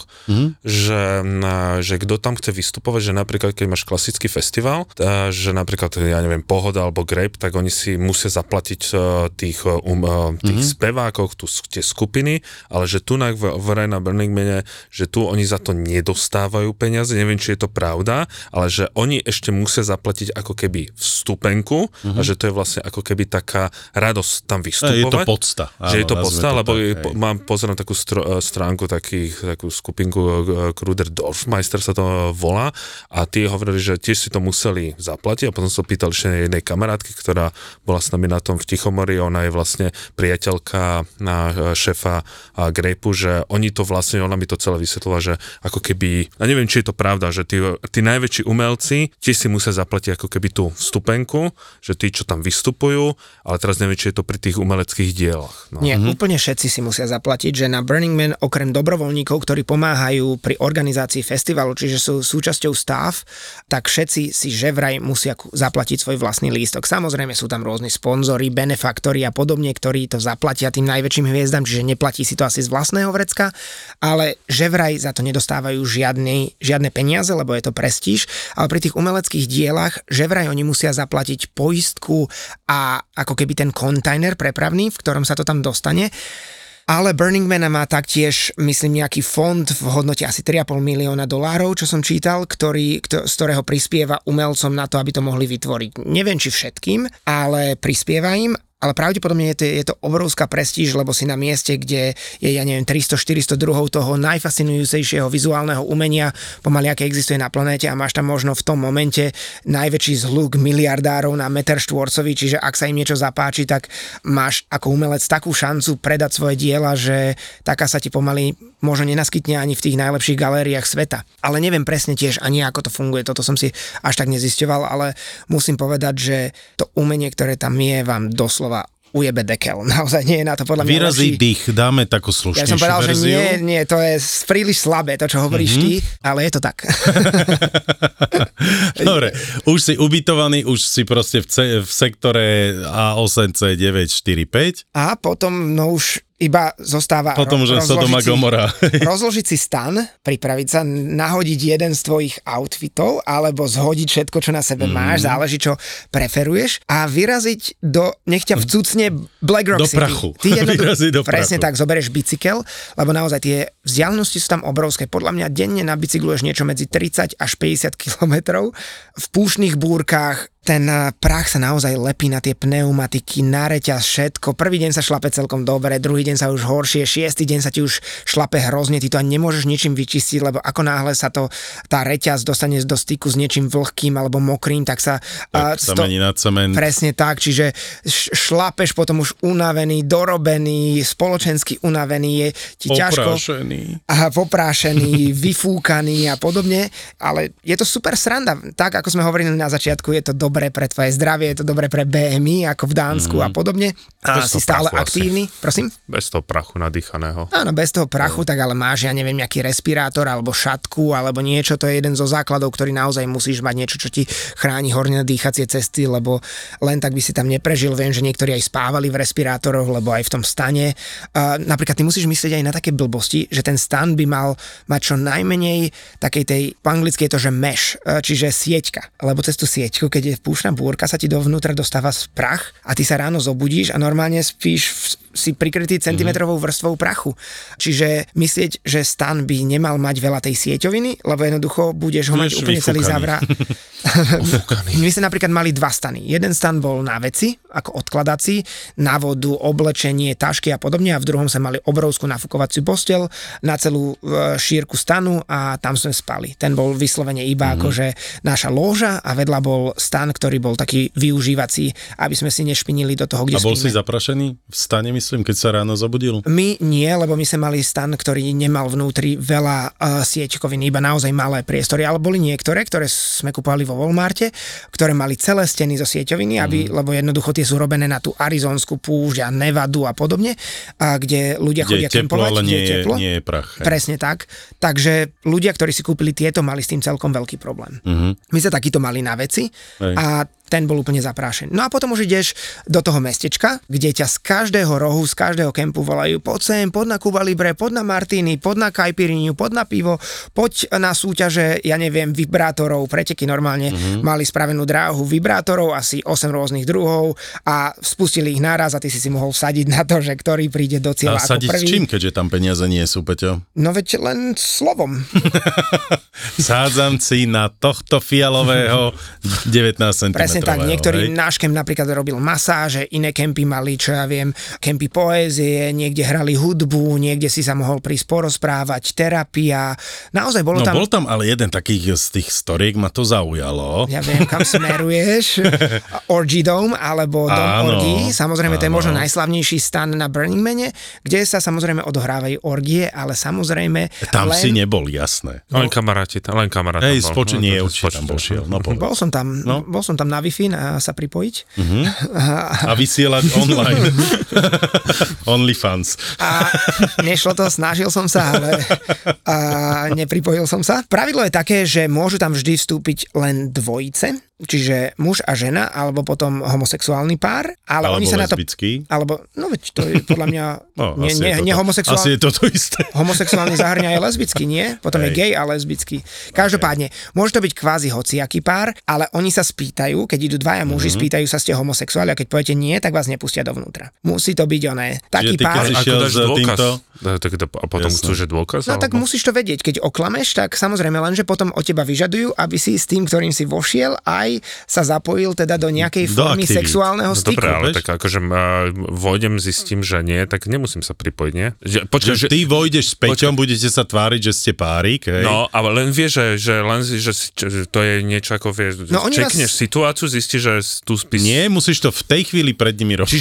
že kto tam chce vystupovať, že napríklad, keď máš klasický festival, že napríklad, ja neviem, Pohoda alebo Grape, tak oni si musia zaplatiť tých spevákov, tie skupiny, ale že tu na Burning Mane, že tu oni za to nedostávajú peniaze, neviem, či je to pravda, ale že oni ešte musia zaplatiť ako keby vstupenku a že to je vlastne ako keby taká radosť tam vystupovať. Je to podsta. Že je to podsta, lebo mám pozerám takú stránku, takú skupinku Kruder Dorfmeister sa to volá a tí hovorili, že tiež si to museli zaplatiť a potom som pýtal ešte jednej kamarátky, ktorá bola s nami na tom v Tichomori, ona je vlastne priateľka šéfa Grapeu, že oni to vlastne, ona mi to celé vysvetlila, že ako keby, a neviem, či je to pravda, že tí najväčší umelci tiež si musia zaplatiť ako keby tú vstupenku, že tí, čo tam vystupujú, ale teraz neviem, či je to pri tých umeleckých dielach. No. Nie, úplne všetci si musia zaplatiť, že na Burning Man okrem dobrovoľníkov, ktorí pomáhajú pri organizácii festivalu, čiže sú súčasťou staff, tak všetci si že vraj musia zaplatiť svoj vlastný lístok. Samozrejme sú tam rôzni sponzori, benefaktori a podobne, ktorí to zaplatia tým najväčším hviezdam, čiže neplatí si to asi z vlastného vrecka, ale že vraj za to nedostávajú žiadne peniaze, lebo je to prestíž, ale pri tých umeleckých dielach, že vraj oni musia zaplatiť poistku a ako keby ten kontajner prepravný, v ktorom sa to tam dostane. Ale Burning Man má taktiež, myslím, nejaký fond v hodnote asi $3,5 milióna, čo som čítal, z ktorého prispieva umelcom na to, aby to mohli vytvoriť. Neviem, či všetkým, ale prispieva im. Ale pravdepodobne je to obrovská prestíž, lebo si na mieste, kde je, ja neviem, 300-400 druhov toho najfascinujúcejšieho vizuálneho umenia, pomaly aké existuje na planéte a máš tam možno v tom momente najväčší zhluk miliardárov na meter štvorcový, čiže ak sa im niečo zapáči, tak máš ako umelec takú šancu predať svoje diela, že taká sa ti pomaly možno nenaskytne ani v tých najlepších galériách sveta. Ale neviem presne tiež ani ako to funguje, toto som si až tak nezisťoval, ale musím povedať, že to umenie, ktoré tam je, vám doslova ujebe dekel. Naozaj nie je na to podľa mňa Výrazí dých, dáme takú slušnejšiu verziu. Ja som povedal, verziu. že nie, to je príliš slabé, to čo hovoríš ty, ale je to tak. Dobre, už si ubytovaný, už si proste v sektore A8, C9, 4, 5. A potom, no už iba zostáva potom, že Sodoma Gomora. Rozložiť si stan, pripraviť sa, nahodiť jeden z tvojich outfitov, alebo zhodiť všetko, čo na sebe máš, záleží, čo preferuješ, a vyraziť nech ťa vcucne Black Rock City. Do prachu. Vyraziť do prachu. Presne tak, zoberieš bicykel, lebo naozaj tie vzdialenosti sú tam obrovské. Podľa mňa denne nabicykluješ niečo medzi 30 až 50 kilometrov. V púštnych búrkach ten prach sa naozaj lepí na tie pneumatiky, na reťaz, všetko. Prvý deň sa šlape celkom dobre, druhý deň sa už horšie, 6. deň sa ti už šlape hrozne, ty to ani nemôžeš ničím vyčistiť, lebo ako náhle sa tá reťaz dostane do styku s niečím vlhkým alebo mokrým, tak sa mení na cement. Presne tak, čiže šlapeš potom už unavený, dorobený, spoločensky unavený, je ti ťažko. Poprášený, vyfúkaný a podobne, ale je to super sranda. Tak, ako sme hovorili na začiatku, je to dobré dobre pre tvoje zdravie, je to dobre pre BMI, ako v Dánsku a podobne. A si stále aktívny. Prosím? Bez toho prachu nadýchaného. Áno, bez toho prachu, tak ale máš, ja neviem, nejaký respirátor alebo šatku alebo niečo, to je jeden zo základov, ktorý naozaj musíš mať niečo, čo ti chráni horné dýchacie cesty, lebo len tak by si tam neprežil. Viem, že niektorí aj spávali v respirátoroch, lebo aj v tom stane. Napríklad ty musíš myslieť aj na také blbosti, že ten stan by mal mať čo najmenej takej tej, po anglicky je to, že mesh, čiže sieťka. Lebo cez tú sieťku, keď je púšna búrka, sa ti dovnútra dostáva prach a ty sa ráno zobudíš a normálne spíš si prikrytý centimetrovou vrstvou prachu. Čiže myslieť, že stan by nemal mať veľa tej sieťoviny, lebo jednoducho budeš ho mať úplne celý zavra. My sme napríklad mali 2 stany. Jeden stan bol na veci, ako odkladací, na vodu, oblečenie, tašky a podobne, a v druhom sme mali obrovskú nafukovaciu posteľ na celú šírku stanu a tam sme spali. Ten bol vyslovene iba akože naša lóža a vedľa bol stan, ktorý bol taký využívací, aby sme si nešpinili do toho, kde spíme. A bol si zaprašený v stane, myslím, keď sa ráno zobudil? My nie, lebo my sme mali stan, ktorý nemal vnútri veľa sieťkoviny, iba naozaj malé priestory, ale boli niektoré, ktoré sme kúpali vo Walmarte, ktoré mali celé steny zo sieťoviny, lebo jednoducho tie sú robené na tú arizónsku púšť a Nevadu a podobne, a kde ľudia chodia kempovať, ale kde je teplo. Nie je prach. Presne tak. Takže ľudia, ktorí si kúpili tieto, mali s tým celkom veľký problém. My sa takýto mali na veci a ten bol úplne zaprášený. No a potom už ideš do toho mestečka, kde ťa z každého rohu, z každého kempu volajú: poď sem, poď na Cuba Libre, poď na Martini, poď na caipirinhu, poď na pivo, poď na súťaže, ja neviem, vibrátorov, preteky normálne mali spravenú dráhu vibrátorov, asi 8 rôznych druhov a spustili ich naraz a ty si mohol vsadiť na to, že ktorý príde do cieľa ako prvý. A sadiť s čím, keďže tam peniaze nie sú, Peťo? No veď len slovom. Sádzam si na tohto fialového 19 cm. Presne tak, niektorý náš kemp napríklad robil masáže, iné kempy mali, čo ja viem, kempy poézie, niekde hrali hudbu, niekde si sa mohol prísť porozprávať, terapia. Naozaj bolo tam... No bol tam ale jeden takých z tých storiek, ma to zaujalo. Ja viem, kam smeruješ. Orgy Dome, alebo Dom Orgy. Samozrejme, to je možno najslavnejší stan na Burning Mane, kde sa samozrejme odohrávajú orgie, ale samozrejme... Tam si nebol, jasné. Len kamaráti, len kamarát. Hej, spočenie určite tam pošiel. No, bol som tam na Wi-Fi sa pripojiť. A vysielať online. OnlyFans. A nešlo to, snažil som sa, ale nepripojil som sa. Pravidlo je také, že môžu tam vždy vstúpiť len dvojice, čiže muž a žena, alebo potom homosexuálny pár, ale alebo oni sa lesbický. Na to... Alebo no veď to je podľa mňa homosexuálny. Asi je to isté. Homosexuálny zahrňa aj lesbický, nie? Potom je gay a lesbický. Každopádne, môže to byť kvázi hociaký pár, ale oni sa spýtajú, keď idú dvaja muži, spýtajú sa, ste homosexuáli, a keď poviete nie, tak vás nepustia dovnútra. Musí to byť oné. Taký pár. Ako dáš dôkaz? A potom chcú, že dôkaz? No tak musíš to vedieť. Keď oklameš, tak samozrejme len, že potom od teba vyžadujú, aby si s tým, ktorým si vošiel, aj sa zapojil teda do nejakej formy sexuálneho styku. Dobre, ale tak akože vojdem, zistím, že nie, tak nemusím sa pripojiť, nie? Že ty vojdeš s Peťom, budete sa tváriť, že ste párik, hej? No, ale len vieš, že to je niečo ako, vieš, čekneš situáciu, zistíš, že tu spíš... Nie, musíš to v tej chvíli pred nimi robiť.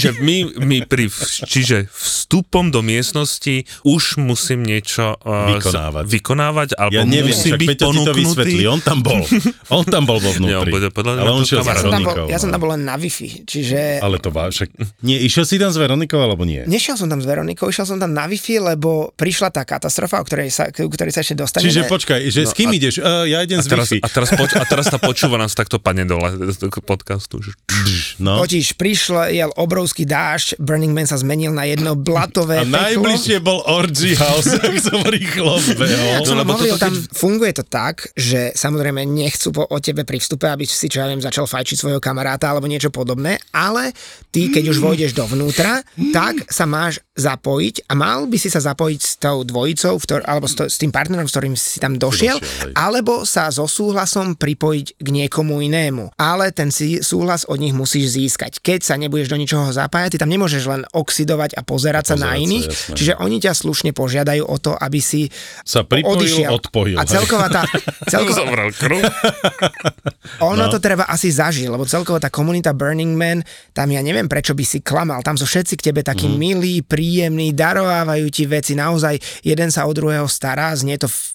Čiže vstupom do miestnosti už musím niečo vykonávať, alebo musím byť ponúknutý. On tam bol vo vnútri. Ale on šiel s Veronikou. Ja som tam bol len na Wi-Fi, čiže... Ale to však... Nie, išiel si tam s Veronikou, alebo nie? Nešiel som tam s Veronikou, išiel som tam na Wi-Fi, lebo prišla tá katastrofa, ku ktorej sa ešte dostaneme. Čiže počkaj, že s kým ideš? Ja idem s Wi-Fi. A teraz tá počúva nás takto padne dole z podcastu. Totiž prišiel obrovský dážď, Burning Man sa zmenil na jedno blatové peklo. A najbližšie bol Orgy House, ak som rýchlo behol. Tam funguje to tak, že samozrejme nechcú od tebe pri vstupe, aby si, čo ja viem, začal fajčiť svojho kamaráta alebo niečo podobné, ale ty, keď už vojdeš dovnútra, tak sa máš zapojiť a mal by si sa zapojiť s tou dvojicou, alebo s tým partnerom, s ktorým si tam došiel, alebo sa so súhlasom pripojiť k niekomu inému. Ale ten súhlas od nich musíš získať. Keď sa nebudeš do ničoho zapájať, ty tam nemôžeš len oxidovať a pozerať sa na iných, čiže oni ťa slušne požiadajú o to, aby si sa pripojil, odpojil. A celková tá... Ono to treba asi zažiť, lebo celkovo tá komunita Burning Man, tam ja neviem, prečo by si klamal, tam sú všetci k tebe takí milí, príjemní, darovávajú ti veci, naozaj jeden sa o druhého stará, znie to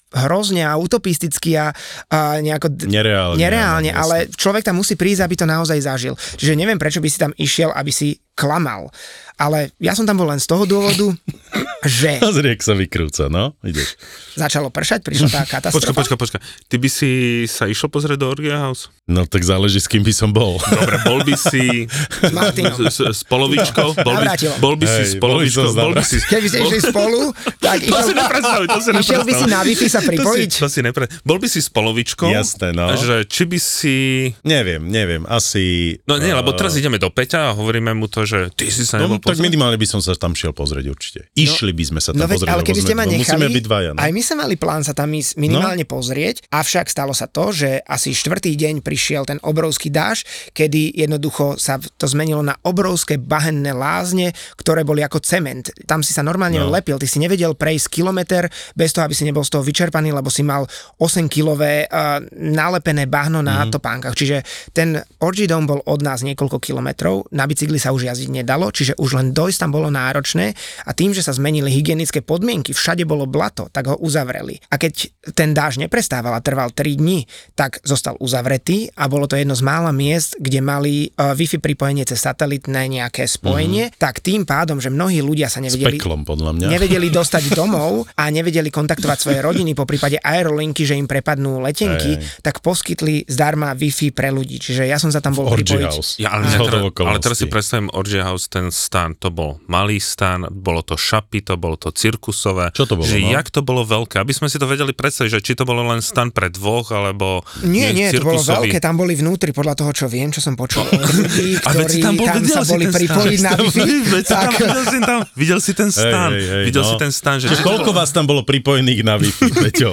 hrozne a utopisticky a nejako nereálne, ale človek tam musí prísť, aby to naozaj zažil. Čiže neviem, prečo by si tam išiel, aby si klamal. Ale ja som tam bol len z toho dôvodu, že... Zriek sa vykrúca, no, ideš. Začalo pršať, prišla tá katastrofa. Počka. Ty by si sa išiel pozrieť do Orgia House? No tak záleží, s kým by som bol. Dobre, bol by si... S Martinom. S polovičkou? Bol by si s polovičkou? Keby ste išli spolu, tak išiel by si na Wi-Fi sa pripojiť. Bol by si s polovičkou? Jasné, no. Že či by si... Neviem, asi... No nie, lebo teraz ideme do Peťa a hovoríme mu to, že ty si sa nebol pozrieť. Tak minimálne by som sa tam šiel pozrieť určite. Išli by sme sa tam pozrieť. Ale keby ste ma nechali, musíme byť dvaja, no? aj my sme mali plán sa tam ísť minimálne pozrieť, avšak stalo sa to, že asi 4. deň prišiel ten obrovský dážď, kedy jednoducho sa to zmenilo na obrovské bahenné lázne, ktoré boli ako cement. Tam si sa normálne lepil, ty si nevedel prejsť kilometr bez toho, aby si nebol z toho vyčerpaný, lebo si mal 8-kilové nalepené bahno na topánkach. Čiže ten Orgy Dome bol od nás niekoľko kilometrov, na bicykli sa už jazdiť nedalo, čiže už len dojsť tam bolo náročné a tým, že sa zmenili hygienické podmienky, všade bolo blato, tak ho uzavreli. A keď ten dážď neprestával a trval 3 dní, tak zostal uzavretý a bolo to jedno z mála miest, kde mali Wi-Fi pripojenie cez satelitné nejaké spojenie, tak tým pádom, že mnohí ľudia sa nevedeli dostať domov a nevedeli kontaktovať svoje rodiny, po prípade aerolinky, že im prepadnú letenky, tak poskytli zdarma Wi-Fi pre ľudí. Čiže ja som sa tam bol pripojiť. Ale teraz si predstavím Orgy House, ten stan, to bol malý stan, bolo to šapito, bolo to cirkusové. Čo to bolo? Jak to bolo veľké? Aby sme si to vedeli predstaviť, že či to bolo len stan pre dvoch, alebo Nie, to bolo veľké, tam boli vnútri, podľa toho, čo viem, čo som počul od ľudí, ktorí tam sa boli pripojiť na Wi-Fi. Videl si ten stan. Videl si ten stan, že... Koľko vás tam bolo pripojených na Wi-Fi, Peťo?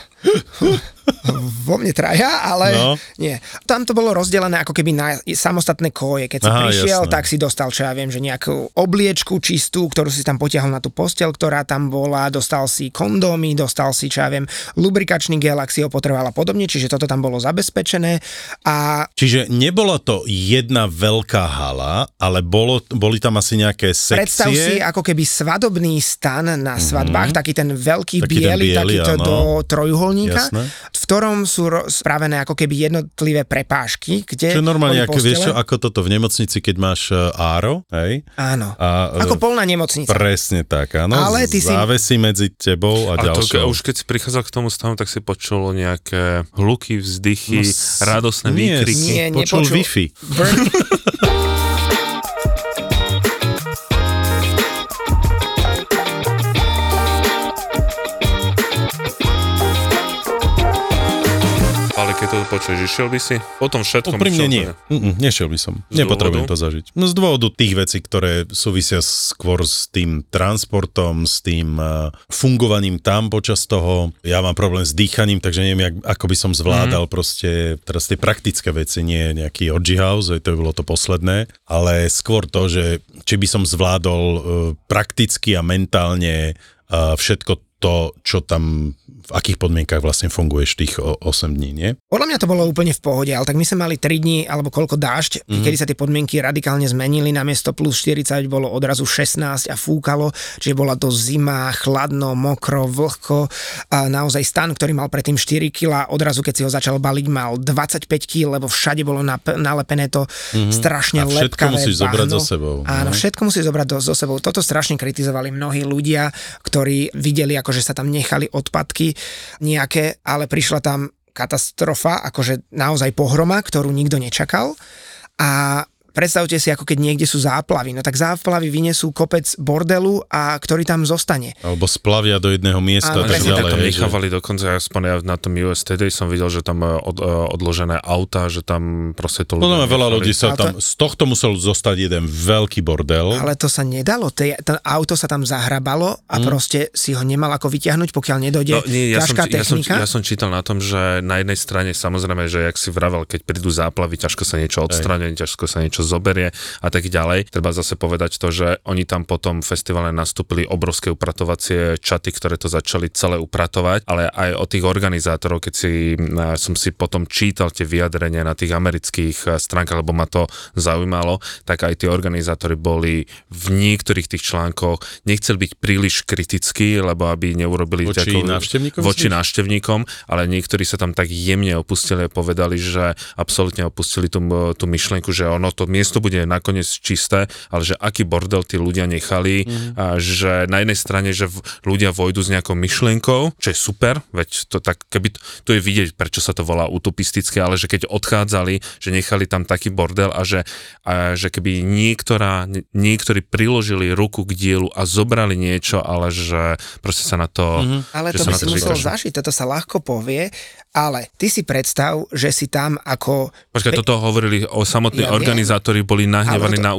Vo mne traja, ale nie. Tam to bolo rozdelené ako keby na samostatné koje. Keď si prišiel, tak si dostal, čo ja viem, že nejakú obliečku čistú, ktorú si tam potiahol na tú posteľ, ktorá tam bola, dostal si kondómy, dostal si, čo ja viem, lubrikačný gel, ak si ho potreboval a podobne, čiže toto tam bolo zabezpečené. Čiže nebolo to jedna veľká hala, ale boli tam asi nejaké sekcie. Predstav si ako keby svadobný stan na svadbách, taký ten veľký biely, takýto do trojuholníka. Jasné. V ktorom sú spravené ako keby jednotlivé prepážky, kde... Čo normálne, vieš čo, ako toto v nemocnici, keď máš áro, hej? Áno, ako polná nemocnica. Presne tak, áno, ale závesí medzi tebou a ďalšou. A už keď si prichádzal k tomu stanu, tak si počul nejaké hluky, vzdychy, radosné výkriky. Počul Wi-Fi. Ale keď to počuješ, išiel by si? Potom všetkom... Úprimne nie. Nešiel by som. Nepotrebujem to zažiť. No z dôvodu tých vecí, ktoré súvisia skôr s tým transportom, s tým fungovaním tam počas toho. Ja mám problém s dýchaním, takže neviem, ako by som zvládal proste teraz tie praktické veci, nie nejaký Orgy House, to bolo to posledné, ale skôr to, že či by som zvládol prakticky a mentálne všetko to, čo tam v akých podmienkach vlastne funguješ tých 8 dní, nie? Podľa mňa to bolo úplne v pohode, ale tak my sme mali 3 dní alebo koľko dážď, kedy sa tie podmienky radikálne zmenili, namiesto plus 40 bolo odrazu 16 a fúkalo, čiže bola to zima, chladno, mokro, vlhko a naozaj stan, ktorý mal predtým 4 kg, odrazu keď si ho začal baliť, mal 25 kg, lebo všade bolo nalepené to strašne lepkavé všetko musíš zobrať so sebou. Áno, všetko musíš zobrať so sebou. Toto strašne kritizovali mnohí ľudia, ktorí videli, akože sa tam nechali odpadky nejaké, ale prišla tam katastrofa, akože naozaj pohroma, ktorú nikto nečakal a predstavte si, ako keď niekde sú záplavy. No tak záplavy vyniesú kopec bordelu, a ktorý tam zostane. Alebo splavia do jedného miesta. Áno, presne tak to nechávali dokonca, aspoň ja na tom US Today som videl, že tam odložené auta, že tam proste to ľudia nechali. Veľa ľudí sa tam, z tohto musel zostať jeden veľký bordel. Ale to sa nedalo, to auto sa tam zahrabalo a proste si ho nemal ako vyťahnuť, pokiaľ nedojde ťažká technika. Ja som čítal na tom, že na jednej strane samozrejme, že jak si vravel, keď prídu záplavy, ťažko sa niečo odstrániť, ťažko sa niečo niečo zoberie a tak ďalej. Treba zase povedať to, že oni tam potom v festivale nastúpili obrovské upratovacie čaty, ktoré to začali celé upratovať, ale aj od tých organizátorov, keď som si potom čítal tie vyjadrenia na tých amerických stránkach, lebo ma to zaujímalo, tak aj tí organizátori boli v niektorých tých článkoch, nechceli byť príliš kritickí, lebo aby neurobili voči návštevníkom, ale niektorí sa tam tak jemne opustili a povedali, že absolútne opustili tú myšlienku, že ono to miesto bude nakoniec čisté, ale že aký bordel tí ľudia nechali, a že na jednej strane, že ľudia vojdu s nejakou myšlienkou, čo je super, veď to tak, keby to je vidieť, prečo sa to volá utopistické, ale že keď odchádzali, že nechali tam taký bordel a že keby niektorí priložili ruku k dielu a zobrali niečo, ale že proste sa na to... Ale to by si musel zažiť, toto sa ľahko povie, ale ty si predstav, že si tam ako... Počkaj, toto hovorili o samotní organizátori, boli nahnevaní na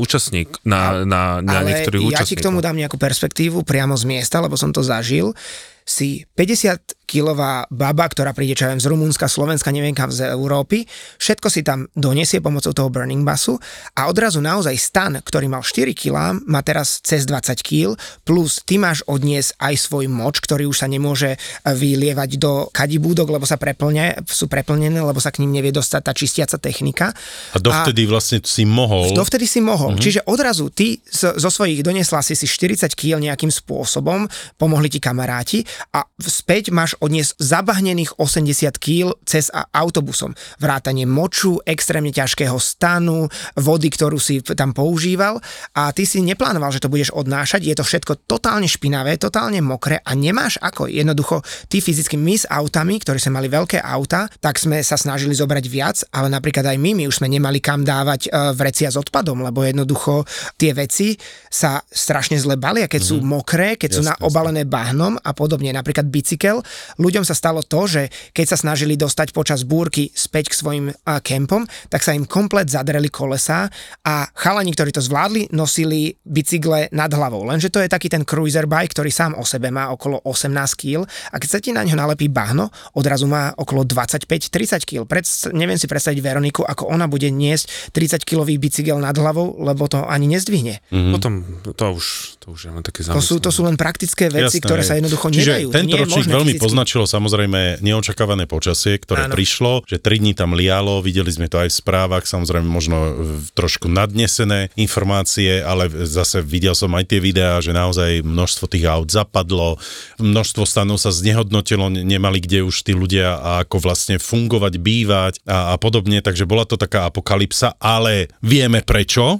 niektorých účastníkov. Ja ti k tomu dám nejakú perspektívu priamo z miesta, lebo som to zažil. Si 50-kilová baba, ktorá príde čo z Rumunska, Slovenska, neviem kam z Európy, všetko si tam donesie pomocou toho burning busu a odrazu naozaj stan, ktorý mal 4 kg, má teraz cez 20 kg, plus ty máš odniesť aj svoj moč, ktorý už sa nemôže vylievať do kadibúdok, lebo sú preplnené, lebo sa k ním nevie dostať tá čistiaca technika. A dovtedy vlastne si mohol. Dovtedy si mohol. Čiže odrazu ty zo svojich doniesla si 40 kg nejakým spôsobom, pomohli ti kamaráti, a späť máš odniesť zabahnených 80 kg cez autobusom. Vrátanie moču, extrémne ťažkého stanu, vody, ktorú si tam používal a ty si neplánoval, že to budeš odnášať. Je to všetko totálne špinavé, totálne mokré a nemáš ako. Jednoducho, ty fyzicky my s autami, ktorí sme mali veľké auta, tak sme sa snažili zobrať viac, ale napríklad aj my už sme nemali kam dávať vrecia s odpadom, lebo jednoducho tie veci sa strašne zle balia, keď sú mokré, keď sú obalené bahnom a podobne. Napríklad bicykel. Ľuďom sa stalo to, že keď sa snažili dostať počas búrky späť k svojim kempom, tak sa im komplet zadreli kolesá a chalani, ktorí to zvládli, nosili bicykle nad hlavou. Lenže to je taký ten cruiser bike, ktorý sám o sebe má okolo 18 kg a keď sa ti na ňo nalepí bahno, odrazu má okolo 25-30 kg. Neviem si predstaviť Veroniku, ako ona bude niesť 30-kilový bicykel nad hlavou, lebo to ani nezdvihne. Potom to už je len také zamyslenie. To sú len praktické veci, ktoré sa jednoducho nedajú. Tento ročník veľmi poznačilo samozrejme neočakávané počasie, ktoré prišlo, že 3 dní tam lialo, videli sme to aj v správach, samozrejme možno trošku nadnesené informácie, ale zase videl som aj tie videá, že naozaj množstvo tých aut zapadlo, množstvo stanov sa znehodnotilo, nemali kde už tí ľudia ako vlastne fungovať, bývať a podobne, takže bola to taká apokalypsa, ale vieme prečo.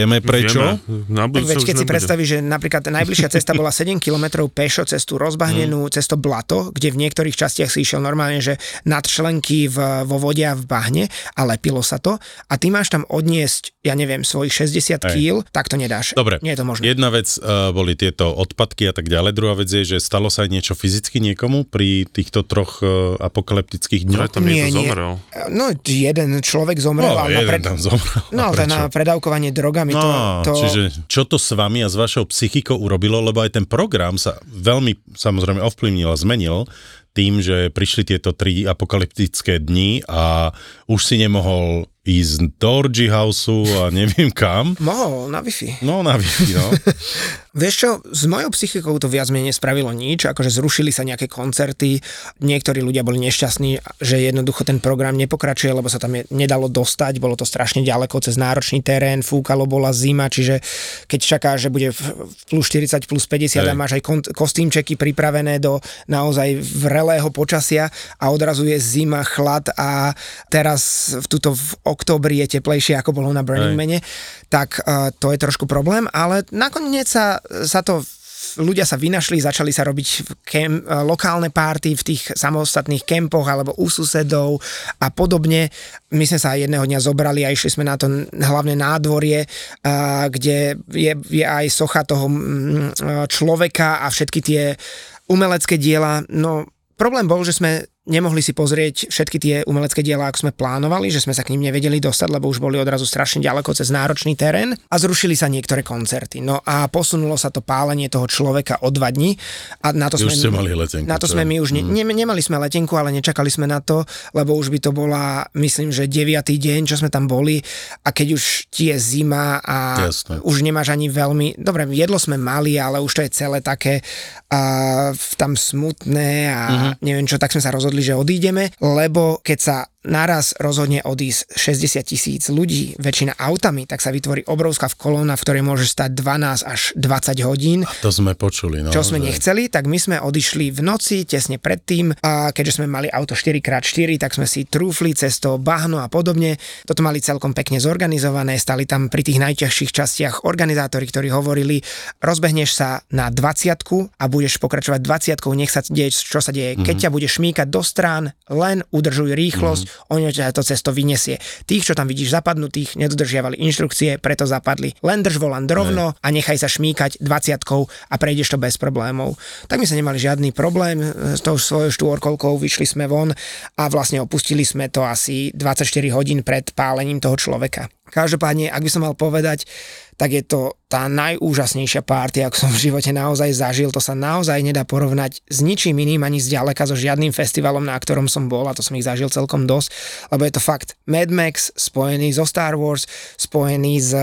Veď keď si predstavíš, že napríklad najbližšia cesta bola 7 km pešo cez tú rozbahnenú, cez to blato, kde v niektorých častiach si išiel normálne, že nad členky vo vode a v bahne a lepilo sa to a ty máš tam odniesť, ja neviem, svojich 60 kg, tak to nedáš. Dobre, nie je to možné. Jedna vec boli tieto odpadky a tak ďalej, druhá vec je, že stalo sa aj niečo fyzicky niekomu pri týchto troch apokalyptických dňoch? Preto niekto zomrel. No, jeden človek zomrel. Tam zomrel. No, to na predávkovanie drogami. Čiže čo to s vami a s vašou psychikou urobilo, lebo aj ten program sa veľmi samozrejme ovplyvnil a zmenil tým, že prišli tieto 3 apokalyptické dni a už si nemohol ísť do Orgy Houseu a neviem kam. Mohol, na Wi-Fi. No, na Wi-Fi, no. Vieš čo, s mojou psychikou to viac menej nespravilo nič, akože zrušili sa nejaké koncerty, niektorí ľudia boli nešťastní, že jednoducho ten program nepokračuje, lebo sa tam nedalo dostať, bolo to strašne ďaleko cez náročný terén, fúkalo, bola zima, čiže keď čakáš, že bude plus 40, plus 50 a máš aj kostýmčeky pripravené do naozaj vrelého počasia a odrazu je zima, chlad a teraz v októbri je teplejšie, ako bolo na Burning Mane, tak to je trošku problém, ale nakoniec sa to ľudia sa vynašli, začali sa robiť lokálne party v tých samostatných kempoch alebo u susedov a podobne. My sme sa jedného dňa zobrali a išli sme na to hlavné nádvorie, kde je aj socha toho človeka a všetky tie umelecké diela. No, problém bol, že sme nemohli si pozrieť všetky tie umelecké diela, ako sme plánovali, že sme sa k ním nevedeli dostať, lebo už boli odrazu strašne ďaleko cez náročný terén a zrušili sa niektoré koncerty. No a posunulo sa to pálenie toho človeka o 2 dni a na to už ste mali letenku. Na to sme my už nemali sme letenku, ale nečakali sme na to, lebo už by to bola, myslím, že 9. deň, čo sme tam boli a keď už ti je zima a Jasne. už nemáš ani veľmi, dobre, jedlo sme mali, ale už to je celé také tam smutné a neviem čo, tak sme sa rozhodli, že odídeme, lebo keď sa naraz rozhodne odísť 60 000 ľudí, väčšina autami, tak sa vytvorí obrovská kolóna, v ktorej môže stať 12 až 20 hodín. A to sme počuli. No, čo sme nechceli, tak my sme odišli v noci, tesne predtým, a keďže sme mali auto 4x4, tak sme si trúfli cez to bahno a podobne. Toto mali celkom pekne zorganizované, stali tam pri tých najťažších častiach organizátori, ktorí hovorili, rozbehneš sa na 20 a budeš pokračovať 20, nech sa deje, čo sa deje. Keď ťa budeš šmýkať do strán, len udržuj rýchlosť, oni ťa to cesto vyniesie. Tých, čo tam vidíš zapadnutých, nedodržiavali inštrukcie, preto zapadli. Len drž volant rovno a nechaj sa šmýkať 20 a prejdeš to bez problémov. Tak my sa nemali žiadny problém s tou svojou štvorkolkou, vyšli sme von a vlastne opustili sme to asi 24 hodín pred pálením toho človeka. Každopádne, ak by som mal povedať, tak je to tá najúžasnejšia party, ako som v živote naozaj zažil. To sa naozaj nedá porovnať s ničím iným, ani zďaleka so žiadnym festivalom, na ktorom som bol, a to som ich zažil celkom dosť, lebo je to fakt Mad Max spojený so Star Wars, spojený s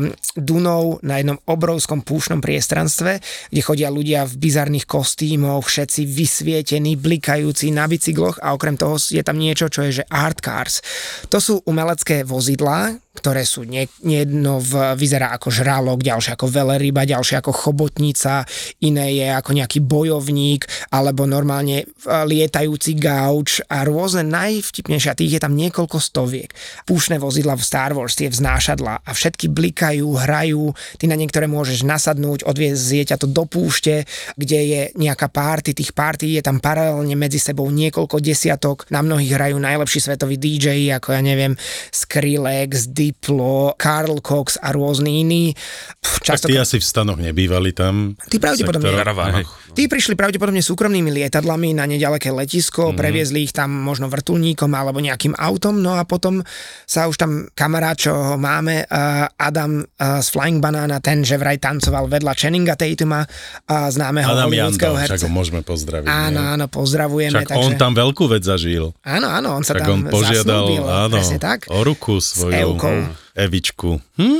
Dunou na jednom obrovskom púšnom priestranstve, kde chodia ľudia v bizarných kostýmoch, všetci vysvietení, blikajúci na bicykloch a okrem toho je tam niečo, čo je že art cars. To sú umelecké vozidlá, ktoré sú jedno vyzerá ako žralok, ďalšie ako veleryba, ďalšie ako chobotnica, iné je ako nejaký bojovník, alebo normálne lietajúci gauč a rôzne najvtipnejšie, tých je tam niekoľko stoviek. Púšne vozidla v Star Wars, tie vznášadlá a všetky blikajú, hrajú, ty na niektoré môžeš nasadnúť, odviezie ťa to do púšte, kde je nejaká party, tých party je tam paralelne medzi sebou niekoľko desiatok, na mnohých hrajú najlepší svetoví DJ, ako ja neviem, Skrillex, Diplo, Karl Cox a rôzni iní. Tak tí asi v stanoch nebývali tam. Tí pravdepodobne. Tí prišli pravdepodobne súkromnými lietadlami na nedaleké letisko, previezli ich tam možno vrtuľníkom alebo nejakým autom, no a potom sa už tam kamarát, čo ho máme, Adam z Flying Banana, ten, že vraj tancoval vedľa Channinga Tatuma, známeho hollywoodského herca. Však ho môžeme pozdraviť. Áno, pozdravujeme. Však on tam veľkú vec zažil. Áno, on sa tak tam on požiadal, presne tak. o ruku svoju Evičku.